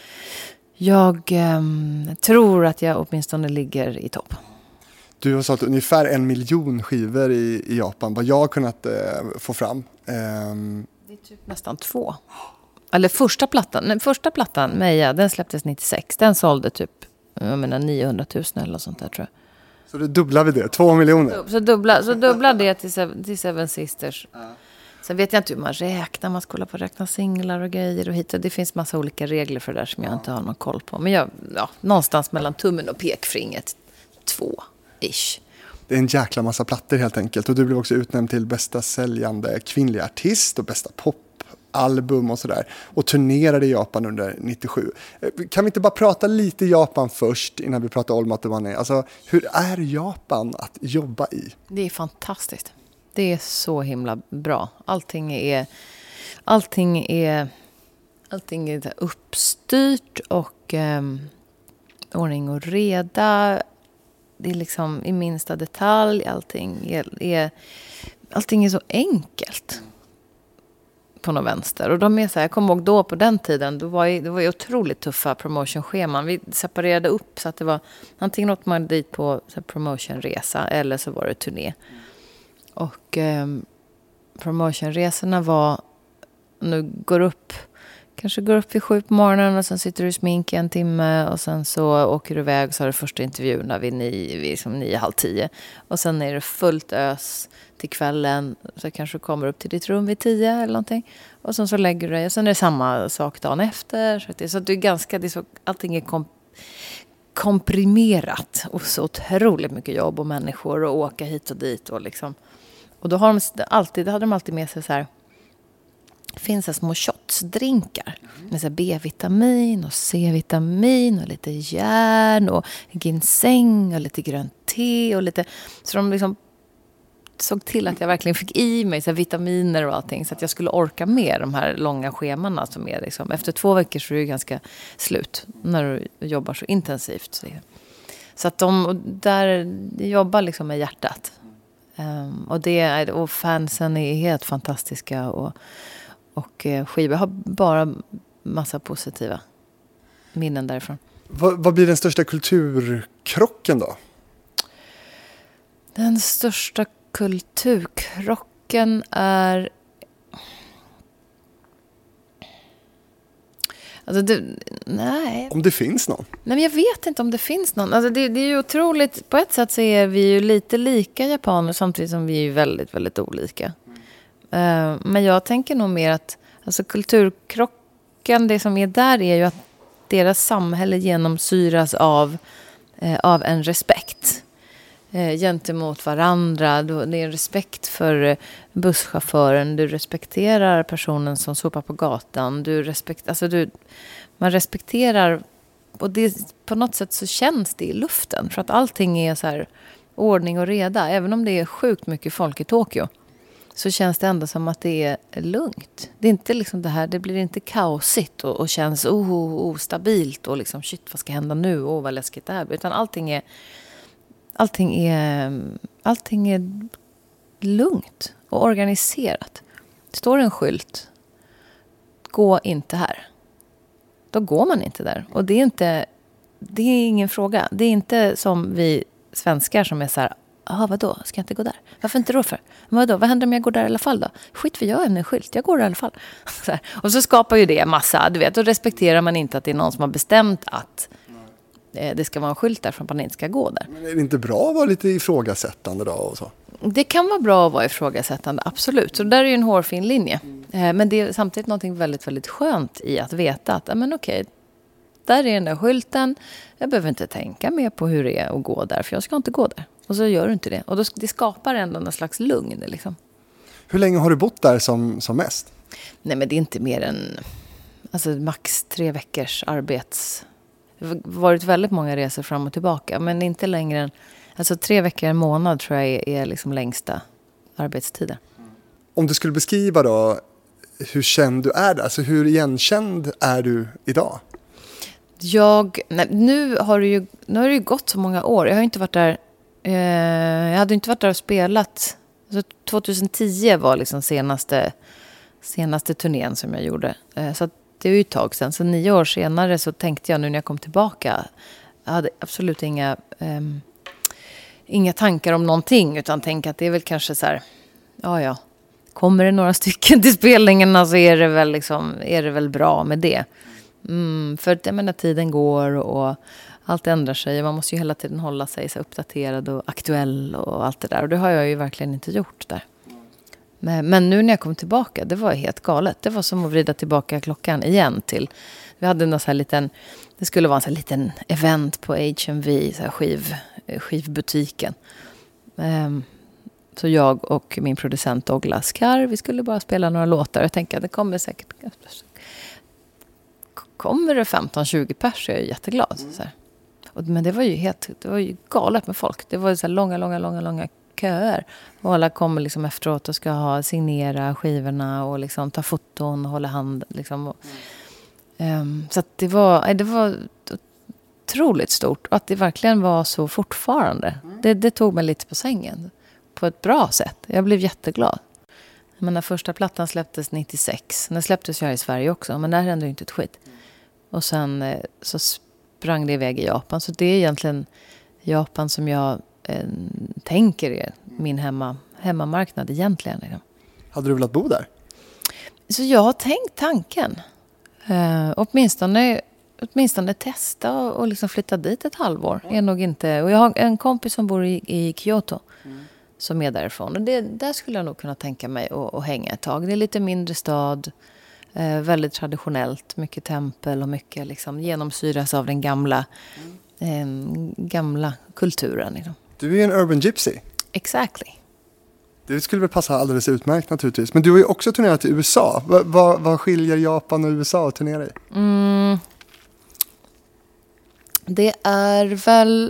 Jag eh, tror att jag åtminstone ligger i topp. Du har sålt ungefär en miljon skivor i, i Japan, vad jag har kunnat eh, få fram. Um... Det är typ nästan två. Eller första plattan, nej, första plattan, Meja, den släpptes nittiosex. Den sålde typ jag menar, niohundratusen eller sånt där tror jag. Så det dubblar vi det, två miljoner? Så dubbla, så dubbla det till, till Seven Sisters. Ja. Sen vet jag inte hur man räknar. Man ska hålla på att räkna singlar och grejer och hit. Det finns massa olika regler för det där som jag inte har någon koll på. Men jag, ja, någonstans mellan tummen och pekfingret. Två-ish. Det är en jäkla massa plattor helt enkelt. Och du blev också utnämnd till bästa säljande kvinnliga artist och bästa popalbum och sådär. Och turnerade i Japan under nittiosju. Kan vi inte bara prata lite Japan först innan vi pratar om att man är. Alltså, hur är Japan att jobba i? Det är fantastiskt. Det är så himla bra. Allting är, allting är, allting är uppstyrt och eh, ordning och reda. Det är liksom i minsta detalj. Allting är, är, allting är så enkelt på något vänster. Och de är så här, jag kommer ihåg då på den tiden, då var det var ju otroligt tuffa promotionscheman. Vi separerade upp så att det var antingen åt man dit på så här, promotionresa eller så var det turné. Och eh, promotionresorna var, nu går upp, kanske går upp vid sju på morgonen och sen sitter du i smink en timme och sen så åker du iväg och så har du första intervjuerna vid nio, vid liksom nio, halv tio. Och sen är det fullt ös till kvällen, så kanske du kommer upp till ditt rum vid tio eller någonting. Och sen så lägger du dig och sen är det samma sak dagen efter. Så, att det, så att du är ganska, det är så, allting är kom, komprimerat och så otroligt mycket jobb och människor och åka hit och dit och liksom. Och då har de alltid, hade de alltid med sig så här, finns det små shotsdrinkar med så här B-vitamin och C-vitamin och lite järn och ginseng och lite grönt te och lite, så de liksom såg till att jag verkligen fick i mig så här vitaminer och allting så att jag skulle orka med de här långa scheman som är liksom, efter två veckor så är det ganska slut när du jobbar så intensivt. Så att de där jobbar liksom med hjärtat. Um, och, det, och fansen är helt fantastiska och, och skivor har bara massa positiva minnen därifrån. Vad, vad blir den största kulturkrocken då? Den största kulturkrocken är... Alltså det, nej. Om det finns någon? Nej, men jag vet inte om det finns någon. Alltså det, det är ju otroligt. På ett sätt så är vi ju lite lika japaner samtidigt som vi är väldigt, väldigt olika. Mm. Uh, men jag tänker nog mer att alltså kulturkrocken, det som är där är ju att deras samhälle genomsyras av, uh, av en respekt uh, gentemot varandra. Det är en respekt för busschauffören. Du respekterar personen som sopar på gatan. Du respekt, alltså du, man respekterar, och det, på något sätt så känns det i luften. För att allting är så här ordning och reda. Även om det är sjukt mycket folk i Tokyo så känns det ändå som att det är lugnt. Det är inte liksom det här, det blir inte kaosigt och, och känns oh, ostabilt och liksom shit, vad ska hända nu? Åh, oh, vad läskigt det här blir. Utan allting är allting är allting är lugnt och organiserat. Det står en skylt. Gå inte här. Då går man inte där. Och det är inte, det är ingen fråga. Det är inte som vi svenskar som är så här, ah, vadå, ska jag inte gå där? Varför inte då för? Men vadå, vad händer om jag går där i alla fall då? Skit för jag är en skylt, jag går där i alla fall. Så här. Och så skapar ju det massa, du vet, då respekterar man inte att det är någon som har bestämt att eh, det ska vara en skylt där för att man inte ska gå där. Men är det inte bra att vara lite ifrågasättande då och så? Det kan vara bra att vara ifrågasättande, absolut. Så där är ju en hårfin linje. Mm. Men det är samtidigt något väldigt, väldigt skönt i att veta att, men okej, där är den där skylten. Jag behöver inte tänka mer på hur det är att gå där, för jag ska inte gå där. Och så gör du inte det. Och då, det skapar ändå en slags lugn. Liksom. Hur länge har du bott där som, som mest? Nej, men det är inte mer än alltså, max tre veckors arbets... Det har varit väldigt många resor fram och tillbaka, men inte längre än... Alltså tre veckor en månad tror jag är, är liksom längsta arbetstiden. Om du skulle beskriva då hur känd du är där? Alltså hur igenkänd är du idag? Jag, nej, nu har det ju nu har det ju gått så många år. Jag har inte varit där, eh, jag hade inte varit där och spelat. Alltså, tjugohundratio var liksom senaste, senaste turnén som jag gjorde. Eh, så att det är ju ett tag sedan. Så nio år senare så tänkte jag nu när jag kom tillbaka. Jag hade absolut inga, eh, inga tankar om någonting. Utan tänkte att det är väl kanske så här, ja ja. Kommer det några stycken till spelningarna så är det väl, liksom, är det väl bra med det. Mm, för jag menar, tiden går och allt ändrar sig. Man måste ju hela tiden hålla sig så uppdaterad och aktuell och allt det där. Och det har jag ju verkligen inte gjort där. Men, men nu när jag kom tillbaka, det var helt galet. Det var som att vrida tillbaka klockan igen till... Vi hade någon så här liten... Det skulle vara en så här liten event på H and V, så här skiv, skivbutiken. Um, så jag och min producent Douglas Carr, vi skulle bara spela några låtar. Jag tänker att det kommer säkert... Kommer det femton tjugo pers så är jag jätteglad. Så här. Och, men det var ju helt det var ju galet med folk. Det var så här långa, långa, långa, långa köer. Och alla kommer liksom efteråt och ska ha signera skivorna och liksom ta foton och hålla hand. Liksom. Och, mm. um, så att det var, det var otroligt stort. Och att det verkligen var så fortfarande. Mm. Det, det tog mig lite på sängen. På ett bra sätt. Jag blev jätteglad. Men när första plattan släpptes nittiosex. Den släpptes ju här i Sverige också. Men där hände ju inte ett skit. Och sen eh, så sprang det iväg i Japan. Så det är egentligen Japan som jag eh, tänker är min hemma, hemmamarknad egentligen. Liksom. Hade du velat bo där? Så jag har tänkt tanken. Eh, åtminstone, åtminstone testa och, och liksom flytta dit ett halvår. Mm. Är nog inte, och jag har en kompis som bor i, i Kyoto. Mm. Som är därifrån. Och det, där skulle jag nog kunna tänka mig att, att hänga ett tag. Det är lite mindre stad. Eh, väldigt traditionellt. Mycket tempel och mycket liksom genomsyras av den gamla, mm. eh, gamla kulturen. Liksom. Du är en urban gypsy. Exactly. Det skulle väl passa alldeles utmärkt naturligtvis. Men du har ju också turnerat i U S A. Va, va, vad skiljer Japan och U S A att turnera i? Mm. Det är väl...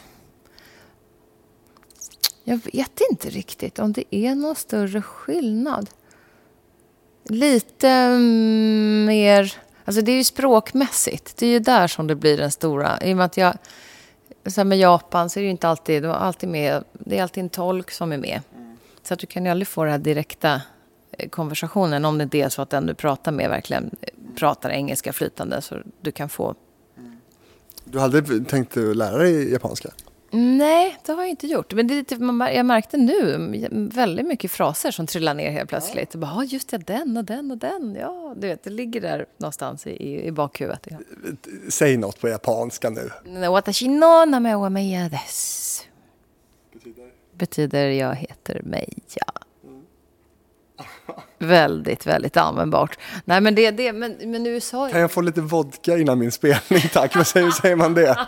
Jag vet inte riktigt om det är någon större skillnad. Lite mm, mer... Alltså det är ju språkmässigt. Det är ju där som det blir den stora. I och med att jag... Så med Japan så är det ju inte alltid... Det är alltid, med, det är alltid en tolk som är med. Mm. Så att du kan ju aldrig få den här direkta konversationen. Om det inte är så att den du pratar med verkligen pratar engelska flytande. Så du kan få... Mm. Du hade tänkt att lära dig japanska? Nej, det har jag inte gjort. Men det är lite, jag märkte nu väldigt mycket fraser som trillar ner helt plötsligt. Ja. Bara, just det, den och den och den. Ja, du vet, det ligger där någonstans i, i bakhuvudet. Ja. Säg något på japanska nu. Watashi no name wa Meija desu. Betyder? Betyder jag heter Meija. Mm. Väldigt, väldigt användbart. Nej, men det det men, men U S A... Kan jag få lite vodka innan min spelning, tack? Vad säger, säger man det?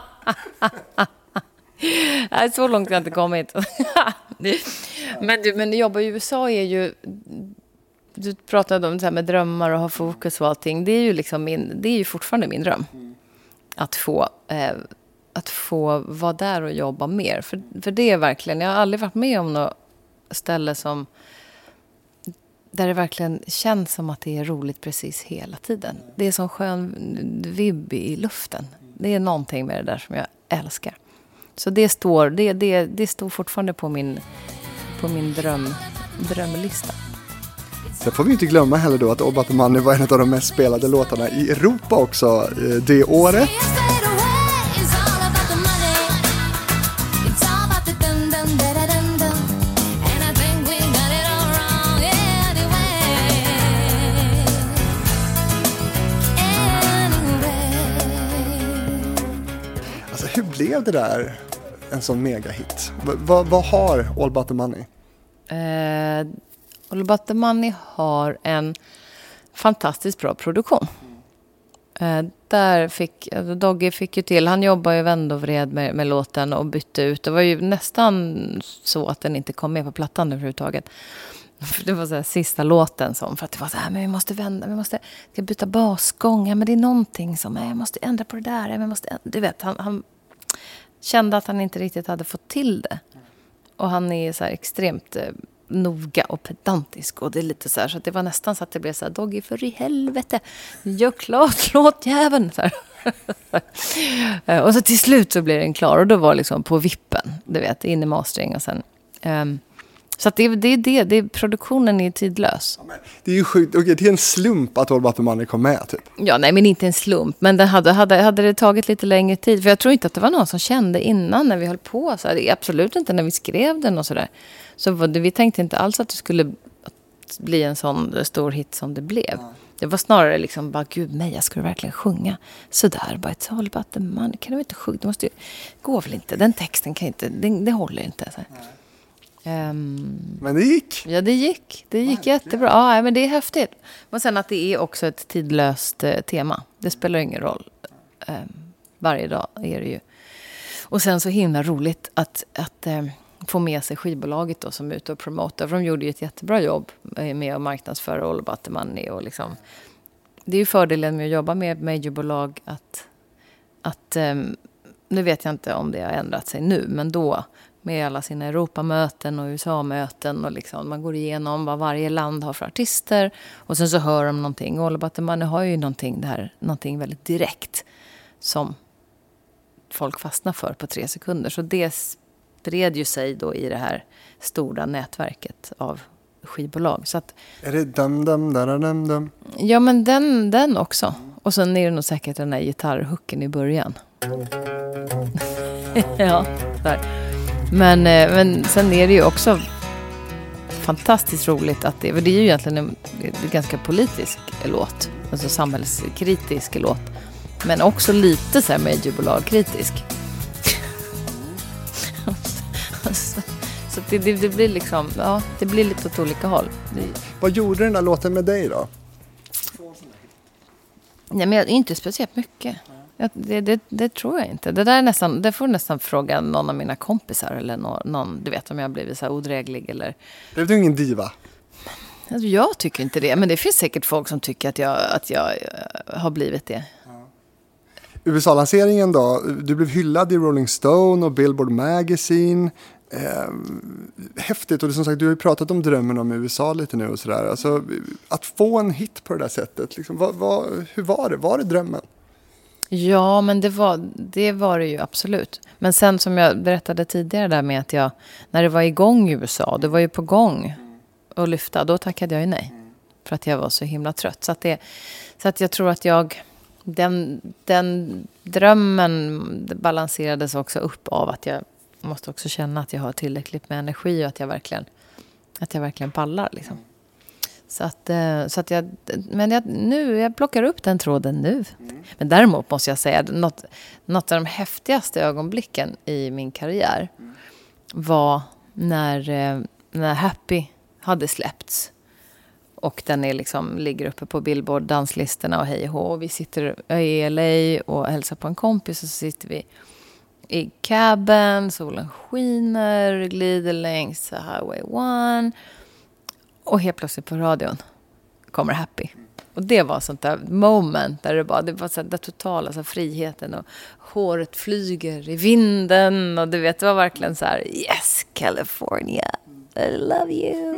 Nej, så långt har jag inte kommit. men, du, men jobba i U S A är ju... Du pratade om det här med drömmar och ha fokus och allting. Det är ju, liksom min, det är ju fortfarande min dröm. Mm. Att få... Eh, att få vara där och jobba mer. För, för det är verkligen... Jag har aldrig varit med om något ställe som... Där det verkligen känns som att det är roligt precis hela tiden. Det är som skön vibb i luften. Det är någonting med det där som jag älskar. Så det står, det, det, det står fortfarande på min, på min dröm, drömlista. Sen får vi inte glömma heller då att All About The Money var en av de mest spelade låtarna i Europa också det året. Hur blev det där en sån megahit? V- vad, vad har All About The Money? Uh, All About The Money har en fantastiskt bra produktion. Uh, där fick, alltså Dogge fick ju till, han jobbar ju vänd och vred med, med låten och bytte ut. Det var ju nästan så att den inte kom med på plattan överhuvudtaget. Det var så här sista låten som, för att det var så här, men vi måste vända, vi måste ska byta basgång, ja, men det är någonting som, jag måste ändra på det där, jag måste ändra, du vet, han, han kände att han inte riktigt hade fått till det. Och han är så här extremt noga och pedantisk. Och det är lite så här, så att det var nästan så att det blev så här, Doggy för i helvete, gör klart låtjäveln. Så här. Och så till slut så blev den klar och då var liksom på vippen, du vet, in i mastering och sen... Um, så att det, det, det, det, produktionen är tidlös. Ja, det är ju sjukt, okej, det är en slump att All About The Money kom med typ. Ja, nej men inte en slump. Men det hade, hade, hade det tagit lite längre tid. För jag tror inte att det var någon som kände innan när vi höll på. Så här, absolut inte när vi skrev den och sådär. Så var det, vi tänkte inte alls att det skulle bli en sån stor hit som det blev. Ja. Det var snarare liksom bara, gud Meja, ska du verkligen sjunga sådär? Bara ett All About The Money, kan du inte sjunga? Det måste ju, gå väl inte, den texten kan inte, det, det håller inte så här. Um, men det gick. Ja, det gick. Det gick ja, jättebra. Ja, men det är häftigt. Men sen att det är också ett tidlöst eh, tema. Det spelar ingen roll. Um, varje dag är det ju. Och sen så himla roligt att, att um, få med sig skivbolaget då, som är ute och promotar. För de gjorde ju ett jättebra jobb med att marknadsföra All About The Money. Och liksom, det är ju fördelen med att jobba med majorbolag att, att um, nu vet jag inte om det har ändrat sig nu, men då med alla sina Europamöten och U S A-möten och liksom man går igenom vad varje land har för artister och sen så hör de någonting. All About The Money har ju någonting, det här, någonting väldigt direkt som folk fastnar för på tre sekunder. Så det spred ju sig då i det här stora nätverket av skivbolag. Så att, är det dum dum dum dum dum? Ja, men den, den också. Och sen är det nog säkert den där gitarrhooken i början. Ja, där. Men, men sen är det ju också fantastiskt roligt att det, för det är ju egentligen en, en ganska politisk låt, alltså samhällskritisk låt, men också lite så här majorbolag-kritisk. så så det, det, det blir liksom, ja, det blir lite åt olika håll. Det... Vad gjorde den där låten med dig då? Nej, men inte speciellt mycket. Det, det, det tror jag inte. Det där är nästan, det får nästan fråga någon av mina kompisar eller någon, någon du vet om jag har blivit så här odräglig eller. Blev du ingen diva? Alltså, jag tycker inte det, men det finns säkert folk som tycker att jag att jag har blivit det. Ja. U S A-lanseringen då, du blev hyllad i Rolling Stone och Billboard Magazine. Eh, häftigt, och det, som sagt, du har ju pratat om drömmen om U S A lite nu och sådär. Alltså, att få en hit på det där sättet, liksom, vad, vad, hur var det? Var det drömmen? Ja, men det var, det var det ju absolut. Men sen som jag berättade tidigare där med att jag, när det var igång i U S A, det var ju på gång att lyfta, då tackade jag ju nej. För att jag var så himla trött. Så att, det, så att jag tror att jag, den, den drömmen balanserades också upp av att jag måste också känna att jag har tillräckligt med energi och att jag verkligen, att jag verkligen pallar liksom. Så att, så att jag, men jag, nu, jag plockar upp den tråden nu. Mm. Men däremot måste jag säga, något, något av de häftigaste ögonblicken i min karriär mm. var när, när Happy hade släppts. Och den är liksom, ligger uppe på Billboard danslistorna och hej och hå. Vi sitter i L A och hälsar på en kompis och så sitter vi i caben, solen skiner, glider längs Highway one. Och helt plötsligt på radion kommer Happy. Och det var sånt där moment där det bara, det var så där totala så här, friheten och håret flyger i vinden och du vet, det var verkligen så här, yes, California, I love you.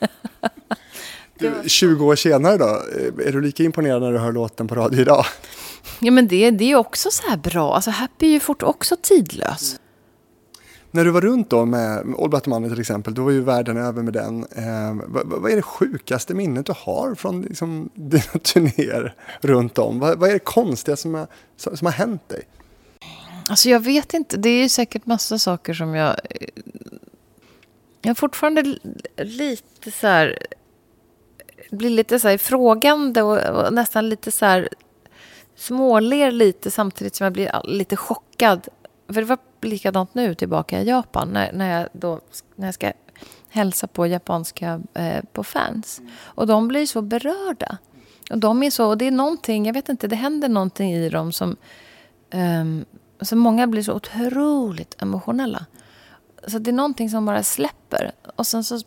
Du, tjugo år senare då, är du lika imponerad när du hör låten på radio idag? Ja, men det, det är också så här bra. Alltså Happy är ju fort också tidlös. När du var runt då med All About The Money till exempel, då var ju världen över med den. Eh, vad, vad är det sjukaste minnet du har från liksom, dina turnéer runt om? Vad, vad är det konstiga som har, som, som har hänt dig? Alltså jag vet inte. Det är ju säkert massa saker som jag... Jag är fortfarande lite så här... Blir lite så här frågande och, och nästan lite så här... Småler lite samtidigt som jag blir lite chockad. För det var likadant nu tillbaka i Japan när, när, jag, då, när jag ska hälsa på japanska eh, på fans. Och de blir så berörda. Och de är så, och det är någonting, jag vet inte, det händer någonting i dem som, um, så många blir så otroligt emotionella. Så det är någonting som bara släpper. Och sen så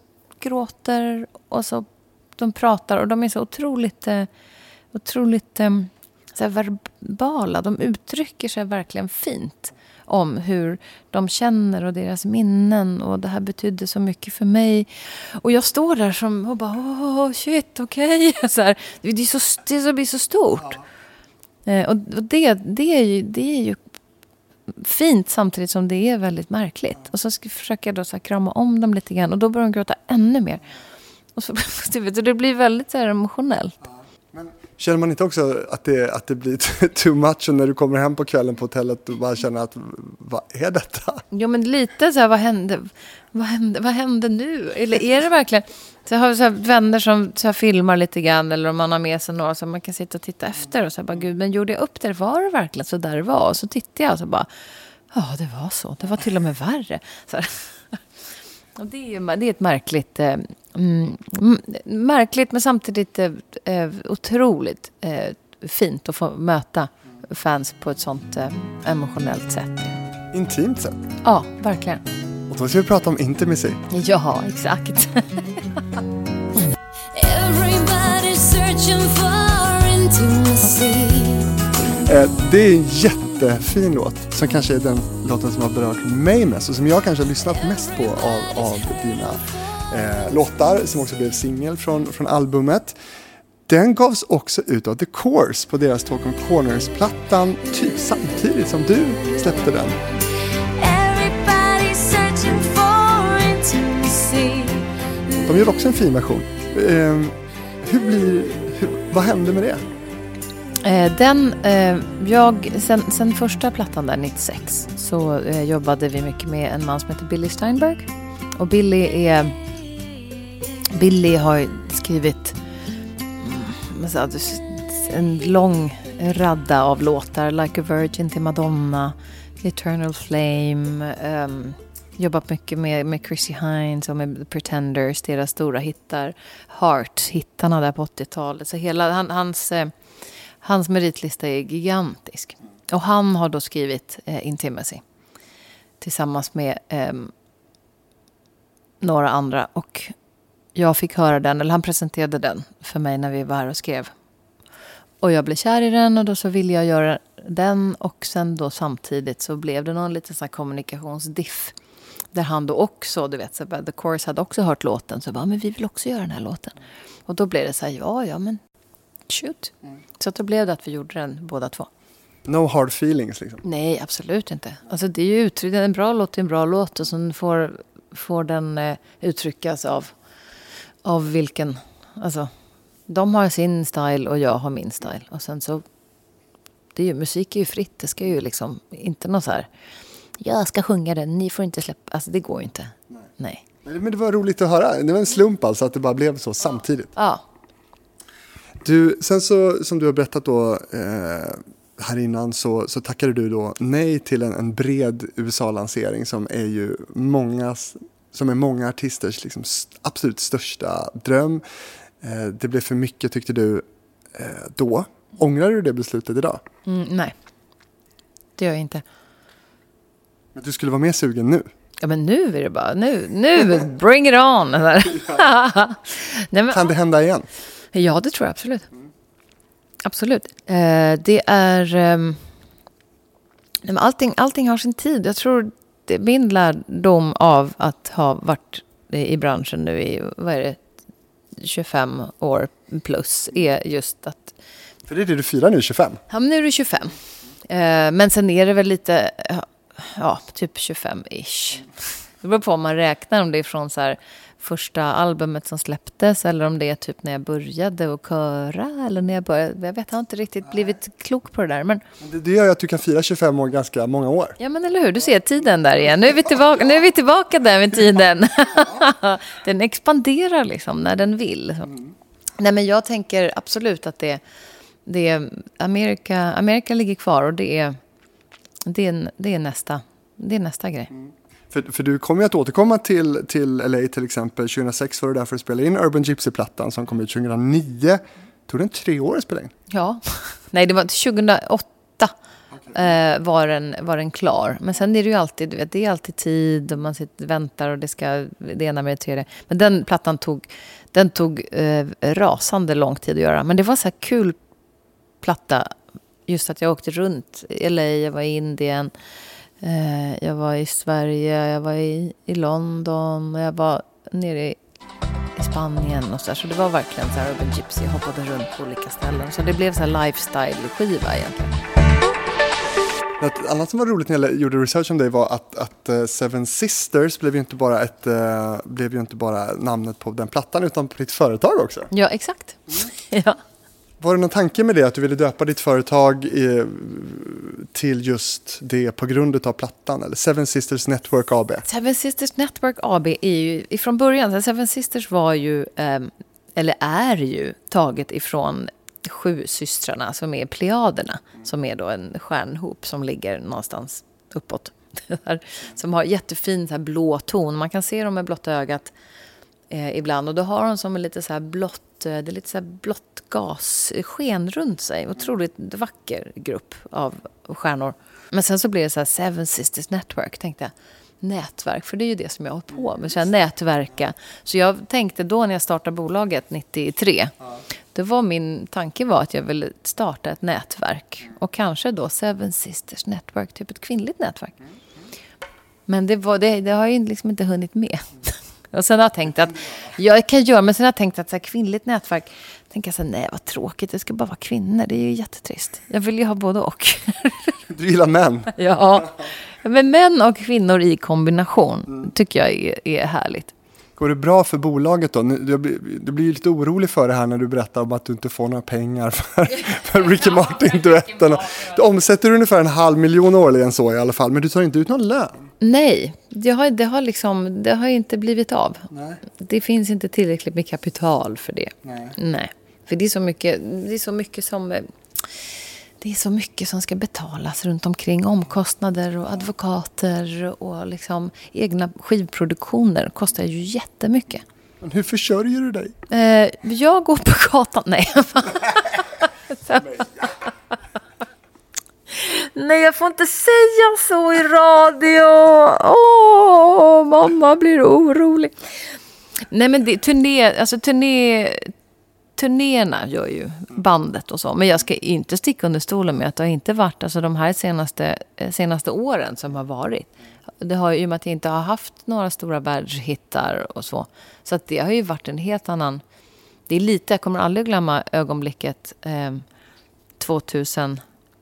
gråter och så de pratar och de är så otroligt, eh, otroligt... Eh, så här verbala. De uttrycker sig verkligen fint om hur de känner och deras minnen. Och det här betydde så mycket för mig. Och jag står där som och bara, åh shit, okej. Okay. Så här, det, är så, det så blir så stort. Eh, och och det, det, är ju, det är ju fint samtidigt som det är väldigt märkligt. Och så ska, försöker jag då så här krama om dem lite grann. Och då börjar de gråta ännu mer. Och så, det blir väldigt så här emotionellt. Men känner man inte också att det, att det blir too much när du kommer hem på kvällen på hotellet och bara känner att vad är detta? Jo, men lite så här, vad hände? Vad hände, vad hände nu? Eller är det verkligen... Så jag har så här vänner som så här filmar lite grann, eller om man har med sig några så man kan sitta och titta efter och så här, bara, gud, men gjorde jag upp det? Var det verkligen så där det var? Och så tittar jag och så bara, ja, det var så. Det var till och med värre. Så här. Och det är ju det är ett märkligt, eh, mm, märkligt men samtidigt eh, otroligt eh, fint att få möta fans på ett sånt eh, emotionellt sätt. Intimt sätt? Ja, verkligen. Och då ska vi prata om intimacy. Ja, exakt. eh, det är en jättefin låt som kanske är den låten som har berört mig mest och som jag kanske har lyssnat mest på av, av dina eh, låtar som också blev singel från, från albumet. Den gavs också ut av The Course på deras Talk on Corners-plattan typ samtidigt som du släppte den. De gör också en fin version. Eh, hur blir, hur, vad hände med det? Eh, den, eh, jag, sen, sen första plattan där, nittiosex, så eh, jobbade vi mycket med en man som heter Billy Steinberg. Och Billy är... Billy har skrivit mm, en lång radda av låtar. Like a Virgin till Madonna, Eternal Flame... Um, jobbat mycket med, med Chrissy Hines och med Pretenders, deras stora hittar. Heart-hittarna där på åttiotalet. Så hela han, hans, eh, hans meritlista är gigantisk. Och han har då skrivit eh, Intimacy tillsammans med eh, några andra. Och jag fick höra den, eller han presenterade den för mig när vi var här och skrev. Och jag blev kär i den och då så ville jag göra den. Och sen då samtidigt så blev det någon liten sån här kommunikationsdiff. Där han då också, du vet, så bara, The Course hade också hört låten. Så bara, men vi vill också göra den här låten. Och då blev det så här, ja, ja, men shoot. Mm. Så då blev det att vi gjorde den båda två. No hard feelings liksom? Nej, absolut inte. Alltså det är ju uttryck, en bra låt är en bra låt. Och så får, får den eh, uttryckas av, av vilken, alltså de har sin style och jag har min style. Och sen så, det är ju, musik är ju fritt. Det ska ju liksom, inte något så här... Jag ska sjunga den, ni får inte släppa. Alltså det går ju inte. Nej. Nej. Men det var roligt att höra. Det var en slump alltså att det bara blev så samtidigt. Ja. Du, sen så som du har berättat då eh, här innan så, så tackade du då nej till en, en bred U S A-lansering som är ju många, som är många artisters liksom st- absolut största dröm. Eh, det blev för mycket tyckte du eh, då. Ångrar du det beslutet idag? Mm, nej. Det gör jag inte. Men du skulle vara mer sugen nu? Ja, men nu är det bara, nu, nu, bring it on. Ja. Nej, men, kan det hända igen? Ja, det tror jag absolut. Mm. Absolut. Eh, det är, eh, allting, allting har sin tid. Jag tror det är min lärdom av att ha varit i branschen nu i, vad är det, tjugofem år plus, är just att... För det är det du firar nu, tjugofem? Ja, men nu är det tjugofem. Eh, men sen är det väl lite... Ja, typ tjugofem-ish. Det beror på om man räknar om det är från så här första albumet som släpptes eller om det är typ när jag började att köra eller när jag började. Jag vet, jag har inte riktigt blivit klok på det där. Men... Det, det gör ju att du kan fira tjugofem år ganska många år. Ja, men eller hur? Du ser tiden där igen. Nu är vi tillbaka, nu är vi tillbaka där med tiden. Den expanderar liksom när den vill. Mm. Nej, men jag tänker absolut att det, det är Amerika, Amerika ligger kvar och det är Det är, det är nästa det är nästa grej. Mm. För, för du kommer ju att återkomma till, till L A till exempel. tjugohundrasex var du där för att spela in Urban Gypsy-plattan som kom ut tjugohundranio. Tog den tre år att spela in? Ja. Nej, det var tjugohundraåtta okay. eh, var, den, var den klar. Men sen är det ju alltid, du vet, det är alltid tid och man sitter, väntar och det ska det ena med det tredje. Men den plattan tog, den tog eh, rasande lång tid att göra. Men det var så här kul platta just att jag åkte runt i L A, jag var i Indien, eh, jag var i Sverige, jag var i, i London och jag var nere i, i Spanien och så, så det var verkligen så här Urban Gypsy, jag hoppade runt på olika ställen, så det blev så här lifestyle-skiva egentligen. Något annat som var roligt när jag gjorde research om dig var att, att uh, Seven Sisters blev ju inte bara ett uh, blev ju inte bara namnet på den plattan utan på ditt företag också. Ja, exakt. Mm. Ja. Var det någon tanke med det att du ville döpa ditt företag i, till just det på grund av plattan? Eller Seven Sisters Network A B? Seven Sisters Network A B är ju ifrån början. Seven Sisters var ju, eh, eller är ju, taget ifrån sju systrarna som är Plejaderna. Som är då en stjärnhop som ligger någonstans uppåt. Som har jättefin så här blå ton. Man kan se dem med blotta ögat eh, ibland. Och då har de som en lite så här blått, det är lite så här blått gassken runt sig. Otroligt vacker grupp av stjärnor. Men sen så blir det så här Seven Sisters Network, tänkte jag. Nätverk, för det är ju det som jag har på med, så jag nätverka. Så jag tänkte då när jag startade bolaget nittiotre, det var min tanke var att jag ville starta ett nätverk. Och kanske då Seven Sisters Network, typ ett kvinnligt nätverk. Men det, var, det, det har jag ju liksom inte hunnit med. Och sen har jag tänkt att jag kan göra, men sen har jag tänkt att så här, kvinnligt nätverk, tänker jag så här, nej vad tråkigt, det ska bara vara kvinnor, det är ju jättetrist. Jag vill ju ha både och. Du gillar män? Ja, men män och kvinnor i kombination tycker jag är, är härligt. Går det bra för bolaget då? Du blir, du blir lite orolig för det här när du berättar om att du inte får några pengar för, för Ricky Martin-duetten. Du omsätter ungefär en halv miljon årligen så i alla fall, men du tar inte ut någon lön. Nej, det har, det har, liksom, det har inte blivit av. Nej. Det finns inte tillräckligt med kapital för det. Nej. Nej. För det är så mycket, det är så mycket som... Det är så mycket som ska betalas runt omkring. Omkostnader och advokater och liksom egna skivproduktioner kostar ju jättemycket. Men hur försörjer du dig? Eh, jag går på gatan. Nej. Nej, jag får inte säga så i radio. Åh, mamma blir orolig. Nej, men det, turné, alltså turné... Turnéerna gör ju bandet och så. Men jag ska inte sticka under stolen med att det har inte varit, alltså de här senaste, senaste åren som har varit. Det har ju, i och med att jag inte har haft några stora världshittar och så. Så att det har ju varit en helt annan... Det är lite, jag kommer aldrig glömma ögonblicket eh, tjugohundraåtta.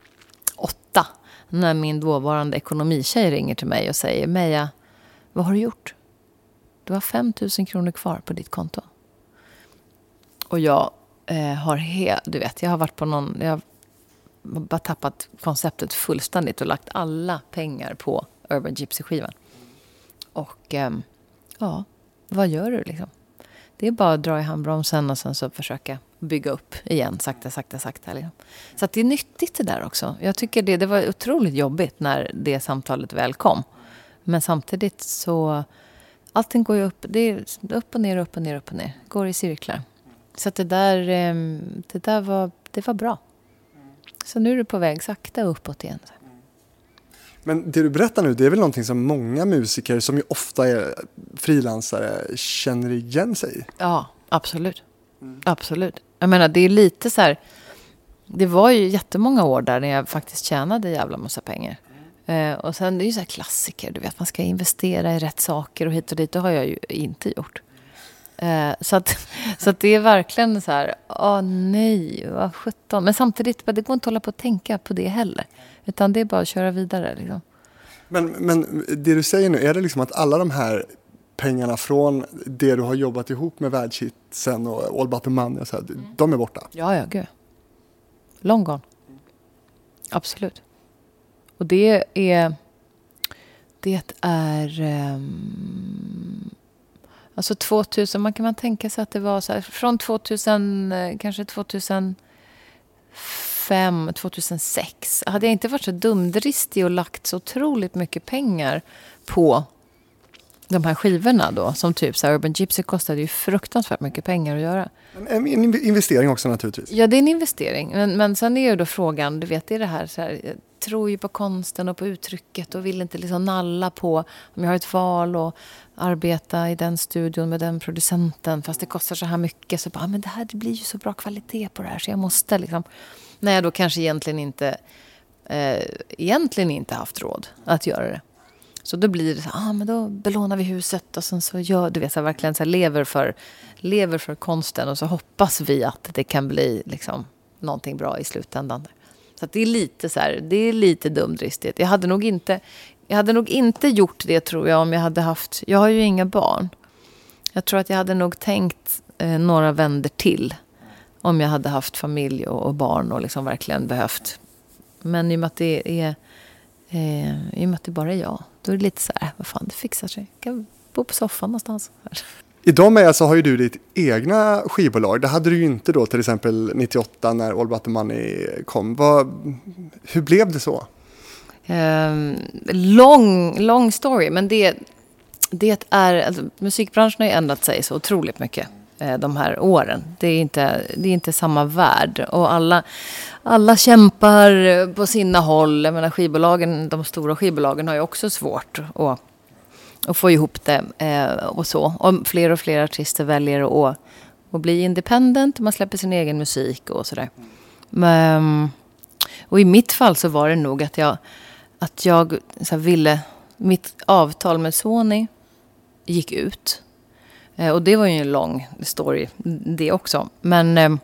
När min dåvarande ekonomitjej ringer till mig och säger: Meja, vad har du gjort? Du har fem tusen kronor kvar på ditt konto. Och jag eh, har helt, du vet, jag har varit på någon, jag har bara tappat konceptet fullständigt och lagt alla pengar på Urban Gypsy-skivan. Och eh, ja, vad gör du liksom? Det är bara att dra i handbromsen och sen så försöka bygga upp igen, sakta, sakta, sakta. Liksom. Så att det är nyttigt det där också. Jag tycker det, det var otroligt jobbigt när det samtalet väl kom. Men samtidigt så, allting går ju upp, det är upp och ner, upp och ner, upp och ner. Går i cirklar. Så att det där, det där var, det var bra. Så nu är du på väg sakta uppåt igen. Men det du berättar nu, det är väl någonting som många musiker som ju ofta är frilansare känner igen sig i? Ja, absolut. Mm. Absolut. Jag menar, det är lite så här, det var ju jättemånga år där när jag faktiskt tjänade jävla massa pengar. Mm. Eh, och sen det är ju så här klassiker, du vet, man ska investera i rätt saker och hit och dit, det har jag ju inte gjort. Eh, så, att, så att det är verkligen så här, åh nej, vad sjutton. Men samtidigt, det går inte att hålla på att tänka på det heller. Utan det är bara att köra vidare. Liksom. Men, men det du säger nu, är det liksom att alla de här pengarna från det du har jobbat ihop med världshitsen och All About The Money och så här, mm. de är borta? Ja, ja, gud. Long gone. Absolut. Och det är, det är... Um, Alltså tvåtusen, man kan man tänka sig att det var så här, från tvåtusen, kanske tvåtusenfem, tvåtusensex. Hade jag inte varit så dumdristig och lagt så otroligt mycket pengar på de här skivorna då, som typ så här, Urban Gypsy kostade ju fruktansvärt mycket pengar att göra. En investering också naturligtvis. Ja, det är en investering. Men, men sen är ju då frågan, du vet, det är det här så här, jag tror ju på konsten och på uttrycket och vill inte liksom nalla på om jag har ett val och arbeta i den studion med den producenten fast det kostar så här mycket, så bara, men det här det blir ju så bra kvalitet på det här så jag måste liksom. När jag då kanske egentligen inte, eh, egentligen inte haft råd att göra det. Så då blir det så ah, men då belånar vi huset och sen så gör, du vet, så verkligen så här, lever, för, lever för konsten och så hoppas vi att det kan bli liksom någonting bra i slutändan. Så att det är lite så här, det är lite dumdristigt. Jag hade nog inte, jag hade nog inte gjort det, tror jag, om jag hade haft, jag har ju inga barn. Jag tror att jag hade nog tänkt eh, några vänder till om jag hade haft familj och, och barn och liksom verkligen behövt. Men i och med att det är eh, i och med att det bara är jag, då är det lite så här, vad fan, det fixar sig. Jag kan bo på soffan någonstans. Idag med så har ju du ditt egna skivbolag. Det hade du ju inte då till exempel nittioåtta när All About The Money kom. Vad, hur blev det så? Um, lång, lång story, men det, det är, alltså, musikbranschen har ju ändrat sig så otroligt mycket eh, de här åren. Det är inte, det är inte samma värld och alla, alla kämpar på sina håll. Jag menar, skivbolagen, de stora skivbolagen har ju också svårt att, att få ihop det eh, och så. Och fler och fler artister väljer att, att bli independent, man släpper sin egen musik och sådär. Men, och i mitt fall så var det nog att jag att jag så här, ville, mitt avtal med Sony gick ut. Eh, och det var ju en lång story det också. Men eh,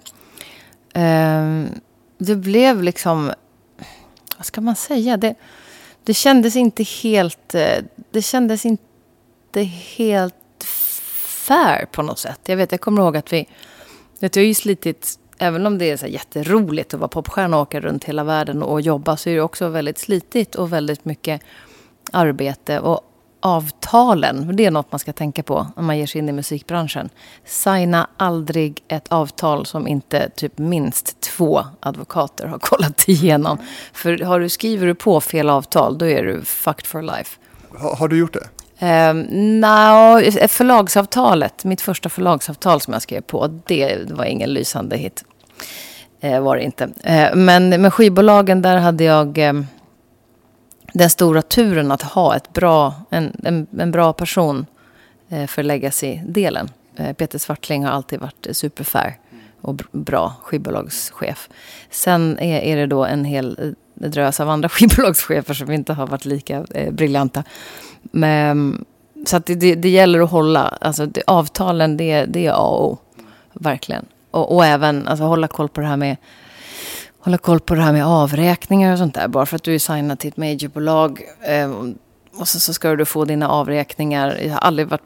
eh, det blev liksom, vad ska man säga? Det, det kändes inte helt, eh, det kändes inte helt fair på något sätt. Jag vet, jag kommer ihåg att vi, vet, jag har ju slitit, även om det är så här jätteroligt att vara popstjärna och åka runt hela världen och jobba, så är det också väldigt slitigt och väldigt mycket arbete. Och avtalen, det är något man ska tänka på när man ger sig in i musikbranschen. Signa aldrig ett avtal som inte typ minst två advokater har kollat igenom. För har du, skriver du på fel avtal, då är du fucked for life. Har, har du gjort det? Um, no, förlagsavtalet, mitt första förlagsavtal som jag skrev på, det var ingen lysande hit. Uh, var det inte. Uh, men med skivbolagen, där hade jag um, den stora turen att ha ett bra, en, en, en bra person uh, för legacy-delen. Uh, Peter Swartling har alltid varit superfair och b- bra skivbolagschef. Sen är, är det då en hel drös av andra skivbolagschefer som inte har varit lika uh, briljanta. Men, så att det, det, det gäller att hålla, alltså det, avtalen, det, det är A och O, verkligen. Och, och även alltså, hålla koll på det här med hålla koll på det här med avräkningar och sånt där. Bara för att du är signad till ett majorbolag eh, och så, så ska du få dina avräkningar. Jag har aldrig varit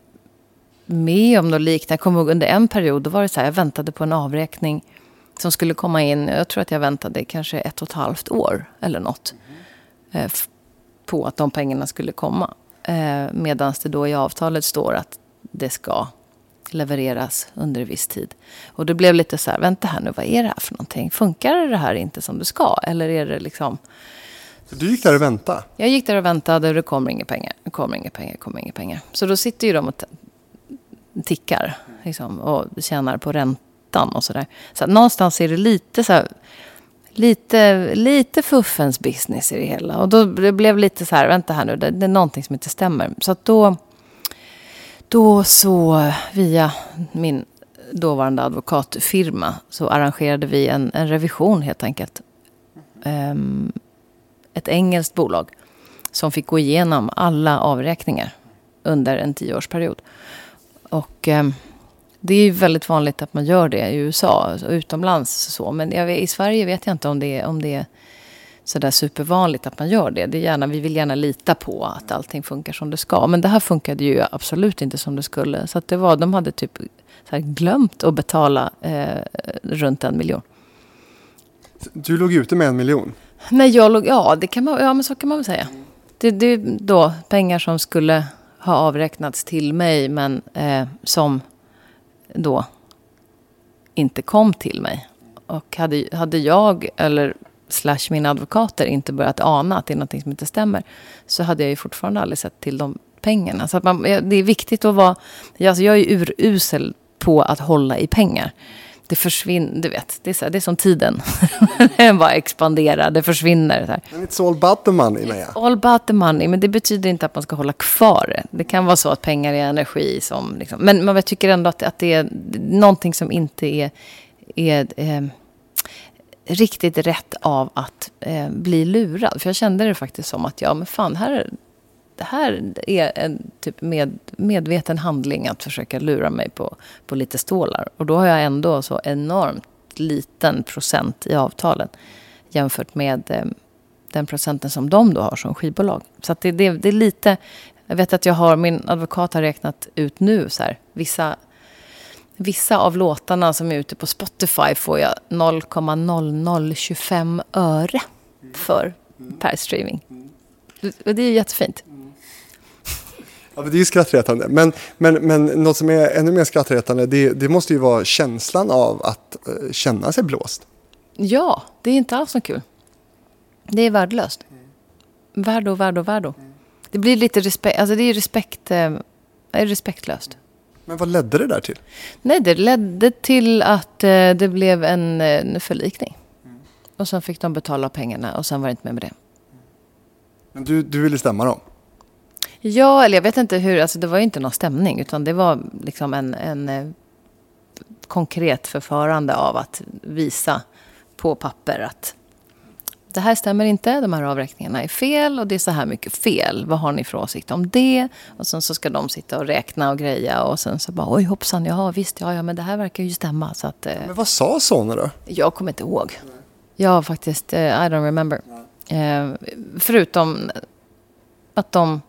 med om något liknande. Jag kommer ihåg under en period, då var det så här, jag väntade på en avräkning som skulle komma in. Jag tror att jag väntade kanske ett och ett halvt år eller något. Eh, f- på att de pengarna skulle komma. Eh, Medan det då i avtalet står att det ska levereras under viss tid. Och det blev lite så här, vänta här nu, vad är det här för någonting? Funkar det här inte som det ska? Eller är det liksom... Så du gick där och väntade? Jag gick där och väntade och det kommer inga pengar. Det kommer inga pengar, det kommer inga pengar. Så då sitter ju de och t- tickar liksom, och tjänar på räntan och sådär. Så att någonstans är det lite så här... Lite, lite fuffens business i det hela. Och då det blev lite så här, vänta här nu, det, det är någonting som inte stämmer. Så att då, då så via min dåvarande advokatfirma så arrangerade vi en, en revision helt enkelt. Um, ett engelskt bolag som fick gå igenom alla avräkningar under en tioårsperiod. Och... Um, det är ju väldigt vanligt att man gör det i U S A och utomlands så. Men jag vet, i Sverige vet jag inte om det, om det är sådär supervanligt att man gör det. Det är gärna, vi vill gärna lita på att allting funkar som det ska. Men det här funkade ju absolut inte som det skulle. Så att det var, de hade typ så här glömt att betala eh, runt en miljon. Du låg ute med en miljon? Nej, jag låg, ja, det kan man, ja, men så kan man väl säga. Det, det är då pengar som skulle ha avräknats till mig men eh, som... då inte kom till mig. Och hade, hade jag eller slash mina advokater inte börjat ana att det är något som inte stämmer, så hade jag ju fortfarande aldrig sett till de pengarna. Så att man, det är viktigt att vara... Alltså jag är ju urusel på att hålla i pengar. Det försvinner, du vet. Det är, så här, det är som tiden. Den bara expanderar, det försvinner. Så här. Men it's all about the money, Meja. It's all about the money, men det betyder inte att man ska hålla kvar det. Det kan vara så att pengar är energi som... Liksom, men man tycker ändå att, att det är någonting som inte är... är eh, riktigt rätt av att eh, bli lurad. För jag kände det faktiskt som att ja, men fan, här, det här är en typ med, medveten handling att försöka lura mig på, på lite stålar. Och då har jag ändå så enormt liten procent i avtalen jämfört med eh, den procenten som de då har som skivbolag. Så att det, det, det är lite, jag vet att jag har, min advokat har räknat ut nu så här, vissa Vissa av låtarna som är ute på Spotify får jag noll komma noll noll tjugofem öre för per streaming. Och det är ju jättefint. Ja, men det är ju skrattretande. Men, men, men något som är ännu mer skrattretande, det, det måste ju vara känslan av att uh, känna sig blåst. Ja, det är inte alls så kul. Det är värdelöst. Värdo, värdo, värdo. Det blir lite respekt, alltså det är respekt, eh, är respektlöst. Men vad ledde det där till? Nej, det ledde till att eh, det blev en, en förlikning. Mm. Och sen fick de betala pengarna och sen var det inte med med det. Men du, du ville stämma dem? Ja, eller jag vet inte hur, alltså det var ju inte någon stämning utan det var liksom en, en eh, konkret förfarande av att visa på papper att det här stämmer inte, de här avräkningarna är fel och det är så här mycket fel. Vad har ni för åsikt om det? Och sen så ska de sitta och räkna och greja och sen så bara, oj hoppsan, ja visst, ja, ja men det här verkar ju stämma. Så att, eh, men vad sa Sonny då? Jag kommer inte ihåg. Nej. Jag faktiskt, eh, I don't remember. Eh, förutom att de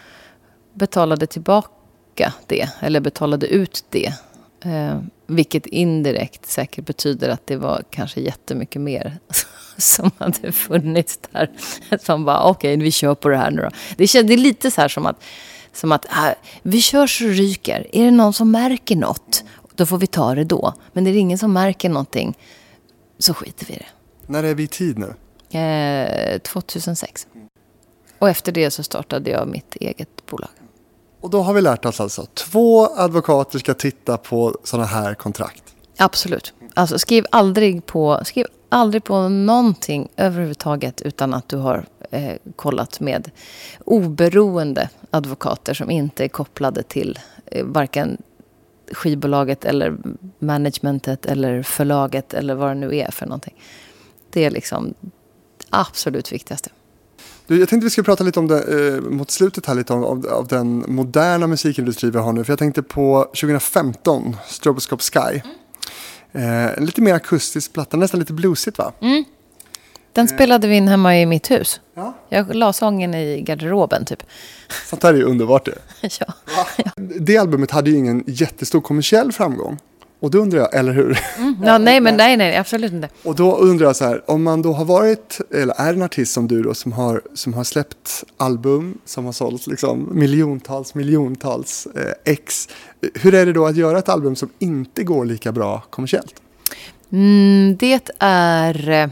betalade tillbaka det, eller betalade ut det. Eh, vilket indirekt säkert betyder att det var kanske jättemycket mer som hade funnits där. Som bara, okej, okay, vi kör på det här nu då. Det känns det är lite så här som att, som att äh, vi kör så ryker. Är det någon som märker något, då får vi ta det då. Men är det ingen som märker någonting, så skiter vi i det. När är vi i tid nu? Eh, tjugohundrasex. Och efter det så startade jag mitt eget bolag. Och då har vi lärt oss alltså, två advokater ska titta på sådana här kontrakt. Absolut. Alltså skriv aldrig på, skriv aldrig på någonting överhuvudtaget utan att du har eh, kollat med oberoende advokater som inte är kopplade till eh, varken skivbolaget eller managementet eller förlaget eller vad det nu är för någonting. Det är liksom absolut viktigaste. Du, jag tänkte vi skulle prata lite om det eh, mot slutet här lite om, av, av den moderna musikindustri vi har nu. För jag tänkte på tjugohundrafemton, Stroboscope Sky. Mm. Eh, en lite mer akustisk platta, nästan lite bluesigt va? Mm. Den eh. spelade vi in hemma i mitt hus. Ja. Jag la sången i garderoben typ. Sånt här är ju underbart det. Ja. Ja. Det albumet hade ju ingen jättestor kommersiell framgång. Och då undrar jag, eller hur? Mm. Ja, nej, men nej, nej, absolut inte. Och då undrar jag så här, om man då har varit, eller är en artist som du då, som har, som har släppt album, som har sålt liksom miljontals, miljontals eh, ex. Hur är det då att göra ett album som inte går lika bra kommersiellt? Mm, det är...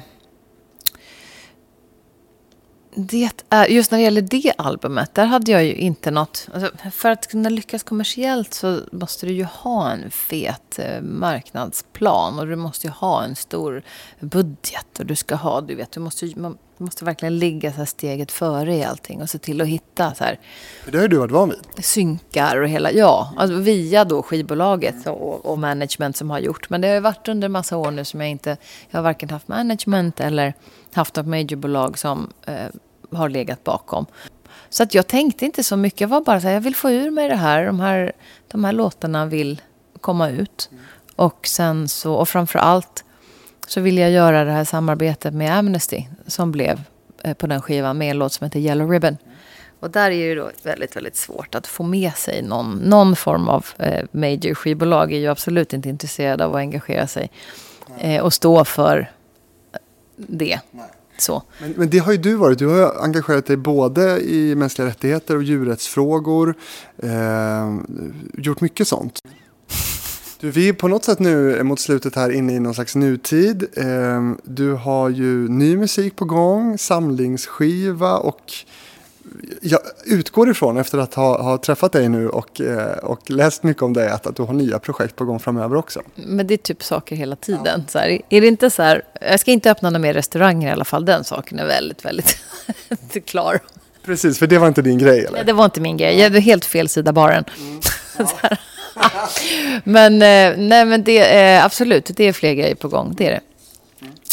Det är, just när det gäller det albumet, där hade jag ju inte något... Alltså, för att kunna lyckas kommersiellt så måste du ju ha en fet eh, marknadsplan. Och du måste ju ha en stor budget. Och du ska ha, du vet, du måste, man måste verkligen ligga så här steget före i allting. Och se till att hitta så här... Det har du varit van vid. Synkar och hela, ja. Alltså via då skivbolaget och, och management som har gjort. Men det har ju varit under en massa år nu som jag inte... Jag har varken haft management eller haft ett majorbolag som... Eh, har legat bakom. Så att jag tänkte inte så mycket. Jag var bara så här, jag vill få ur mig det här. De här, de här låtarna vill komma ut. Mm. Och sen så, och framförallt så vill jag göra det här samarbetet med Amnesty som blev eh, på den skivan med en låt som heter Yellow Ribbon. Mm. Och där är ju då väldigt, väldigt svårt att få med sig någon, någon form av eh, major skivbolag är ju absolut inte intresserad av att engagera sig eh, och stå för det. Nej. Så. Men, men det har ju du varit. Du har ju engagerat dig både i mänskliga rättigheter och djurrättsfrågor. Eh, gjort mycket sånt. Du, vi är på något sätt nu mot slutet här inne i någon slags nutid. Eh, du har ju ny musik på gång, samlingsskiva och jag utgår ifrån efter att ha, ha träffat dig nu och, eh, och läst mycket om dig att, att du har nya projekt på gång framöver också. Men det är typ saker hela tiden. Ja. Så här, är det inte så här, jag ska inte öppna några mer restauranger i alla fall. Den saken är väldigt, väldigt klar. Precis, för det var inte din grej eller? Nej, det var inte min grej. Jag är helt fel sida baren. Mm. Ja. men, nej, men det är absolut, det är fler grejer på gång. Det är det.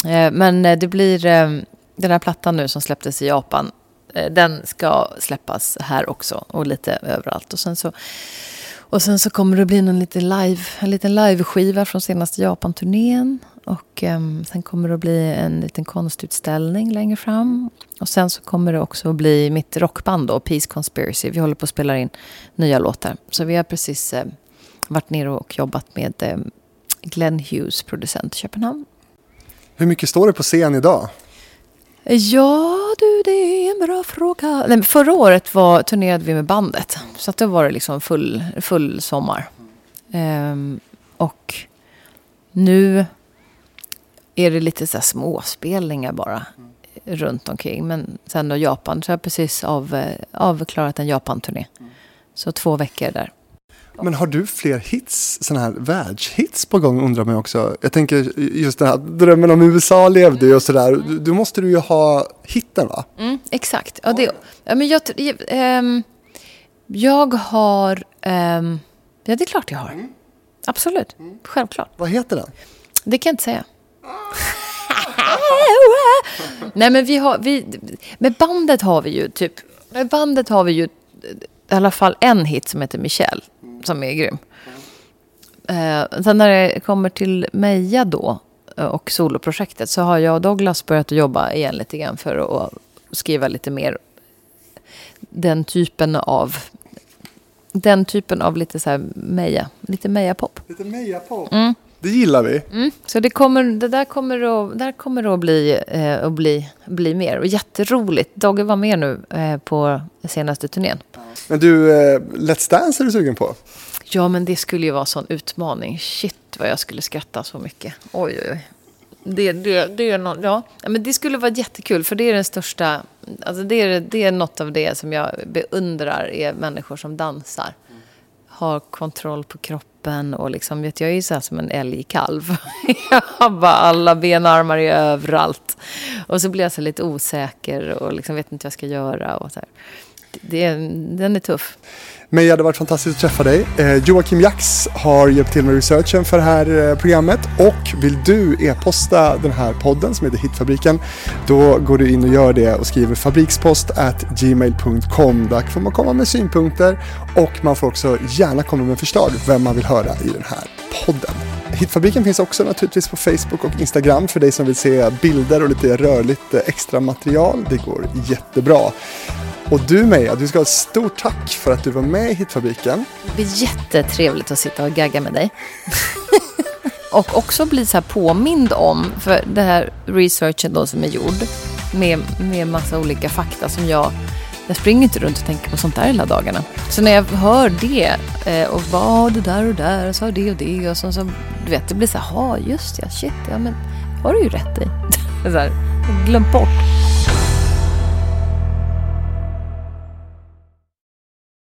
Eh, men det blir eh, den här plattan nu som släpptes i Japan. Eh, den ska släppas här också och lite överallt. Och sen så, och sen så kommer det bli någon lite live, en liten live-skiva från senaste Japan-turnén. Och eh, sen kommer det att bli en liten konstutställning längre fram. Och sen så kommer det också att bli mitt rockband då, Peace Conspiracy. Vi håller på att spela in nya låtar. Så vi har precis eh, varit nere och jobbat med eh, Glenn Hughes, producent i Köpenhamn. Hur mycket står det på scen idag? Ja du, det är en bra fråga. Nej, förra året var, turnerade vi med bandet. Så att det var liksom full, full sommar. Um, och nu är det lite så här småspelningar bara mm. runt omkring. Men sen då Japan, så har jag precis av, avklarat en Japan-turné. Mm. Så två veckor där. Men har du fler hits, såna här världshits på gång, undrar mig också. Jag tänker just den här drömmen om U S A levde ju och sådär. Då måste du ju ha hitten, va? Mm, exakt. Ja, det, ja, men jag, jag, ähm, jag har... Ähm, ja, det är klart jag har. Mm. Absolut. Mm. Självklart. Vad heter den? Det kan jag inte säga. Nej, men vi har... Vi, med bandet har vi ju typ... Med bandet har vi ju i alla fall en hit som heter Michelle. Som är grym. Eh, sen när det kommer till Meja då och soloprojektet, så har jag och Douglas börjat jobba igen lite grann för att skriva lite mer den typen av den typen av lite så här Meja, lite Meja-pop. Lite Meja-pop. Mm. Det gillar vi. Mm. Så det kommer det där kommer att där kommer att bli eh, att bli bli mer, och jätteroligt. Dogge var med nu eh, på senaste turnén. Men du, eh, Let's Dance är du sugen på? Ja, men det skulle ju vara sån utmaning. Shit, vad jag skulle skratta så mycket. Oj, oj, oj. Det, det, det, är någon, ja. Men det skulle vara jättekul, för det är den största... Alltså det, är, det är något av det som jag beundrar, är människor som dansar. Mm. Har kontroll på kroppen och liksom, vet jag är ju så här som en älgkalv. Jag har bara alla benarmar i överallt. Och så blir jag så lite osäker och liksom vet inte vad jag ska göra och så här. Det är, den är tuff. Men det hade varit fantastiskt att träffa dig. Eh, Joakim Jax har hjälpt till med researchen för det här eh, programmet. Och vill du e-posta den här podden som heter Hitfabriken, då går du in och gör det och skriver fabrikspost at gmail punkt com. Där får man komma med synpunkter och man får också gärna komma med förslag vem man vill höra i den här podden. Hitfabriken finns också naturligtvis på Facebook och Instagram för dig som vill se bilder och lite rörligt extra material. Det går jättebra. Och du Meja, du ska ha ett stort tack för att du var med i Hitfabriken. Det blir jättetrevligt att sitta och gagga med dig. Och också bli så här påmind om, för det här researchen då som är gjord med, med massa olika fakta som jag, jag springer inte runt och tänker på sånt där hela dagarna. Så när jag hör det eh, och vad det där och där och så det och det och så, så du vet, det blir så här, ja just ja, shit, ja men har du ju rätt i. Så här, glöm bort.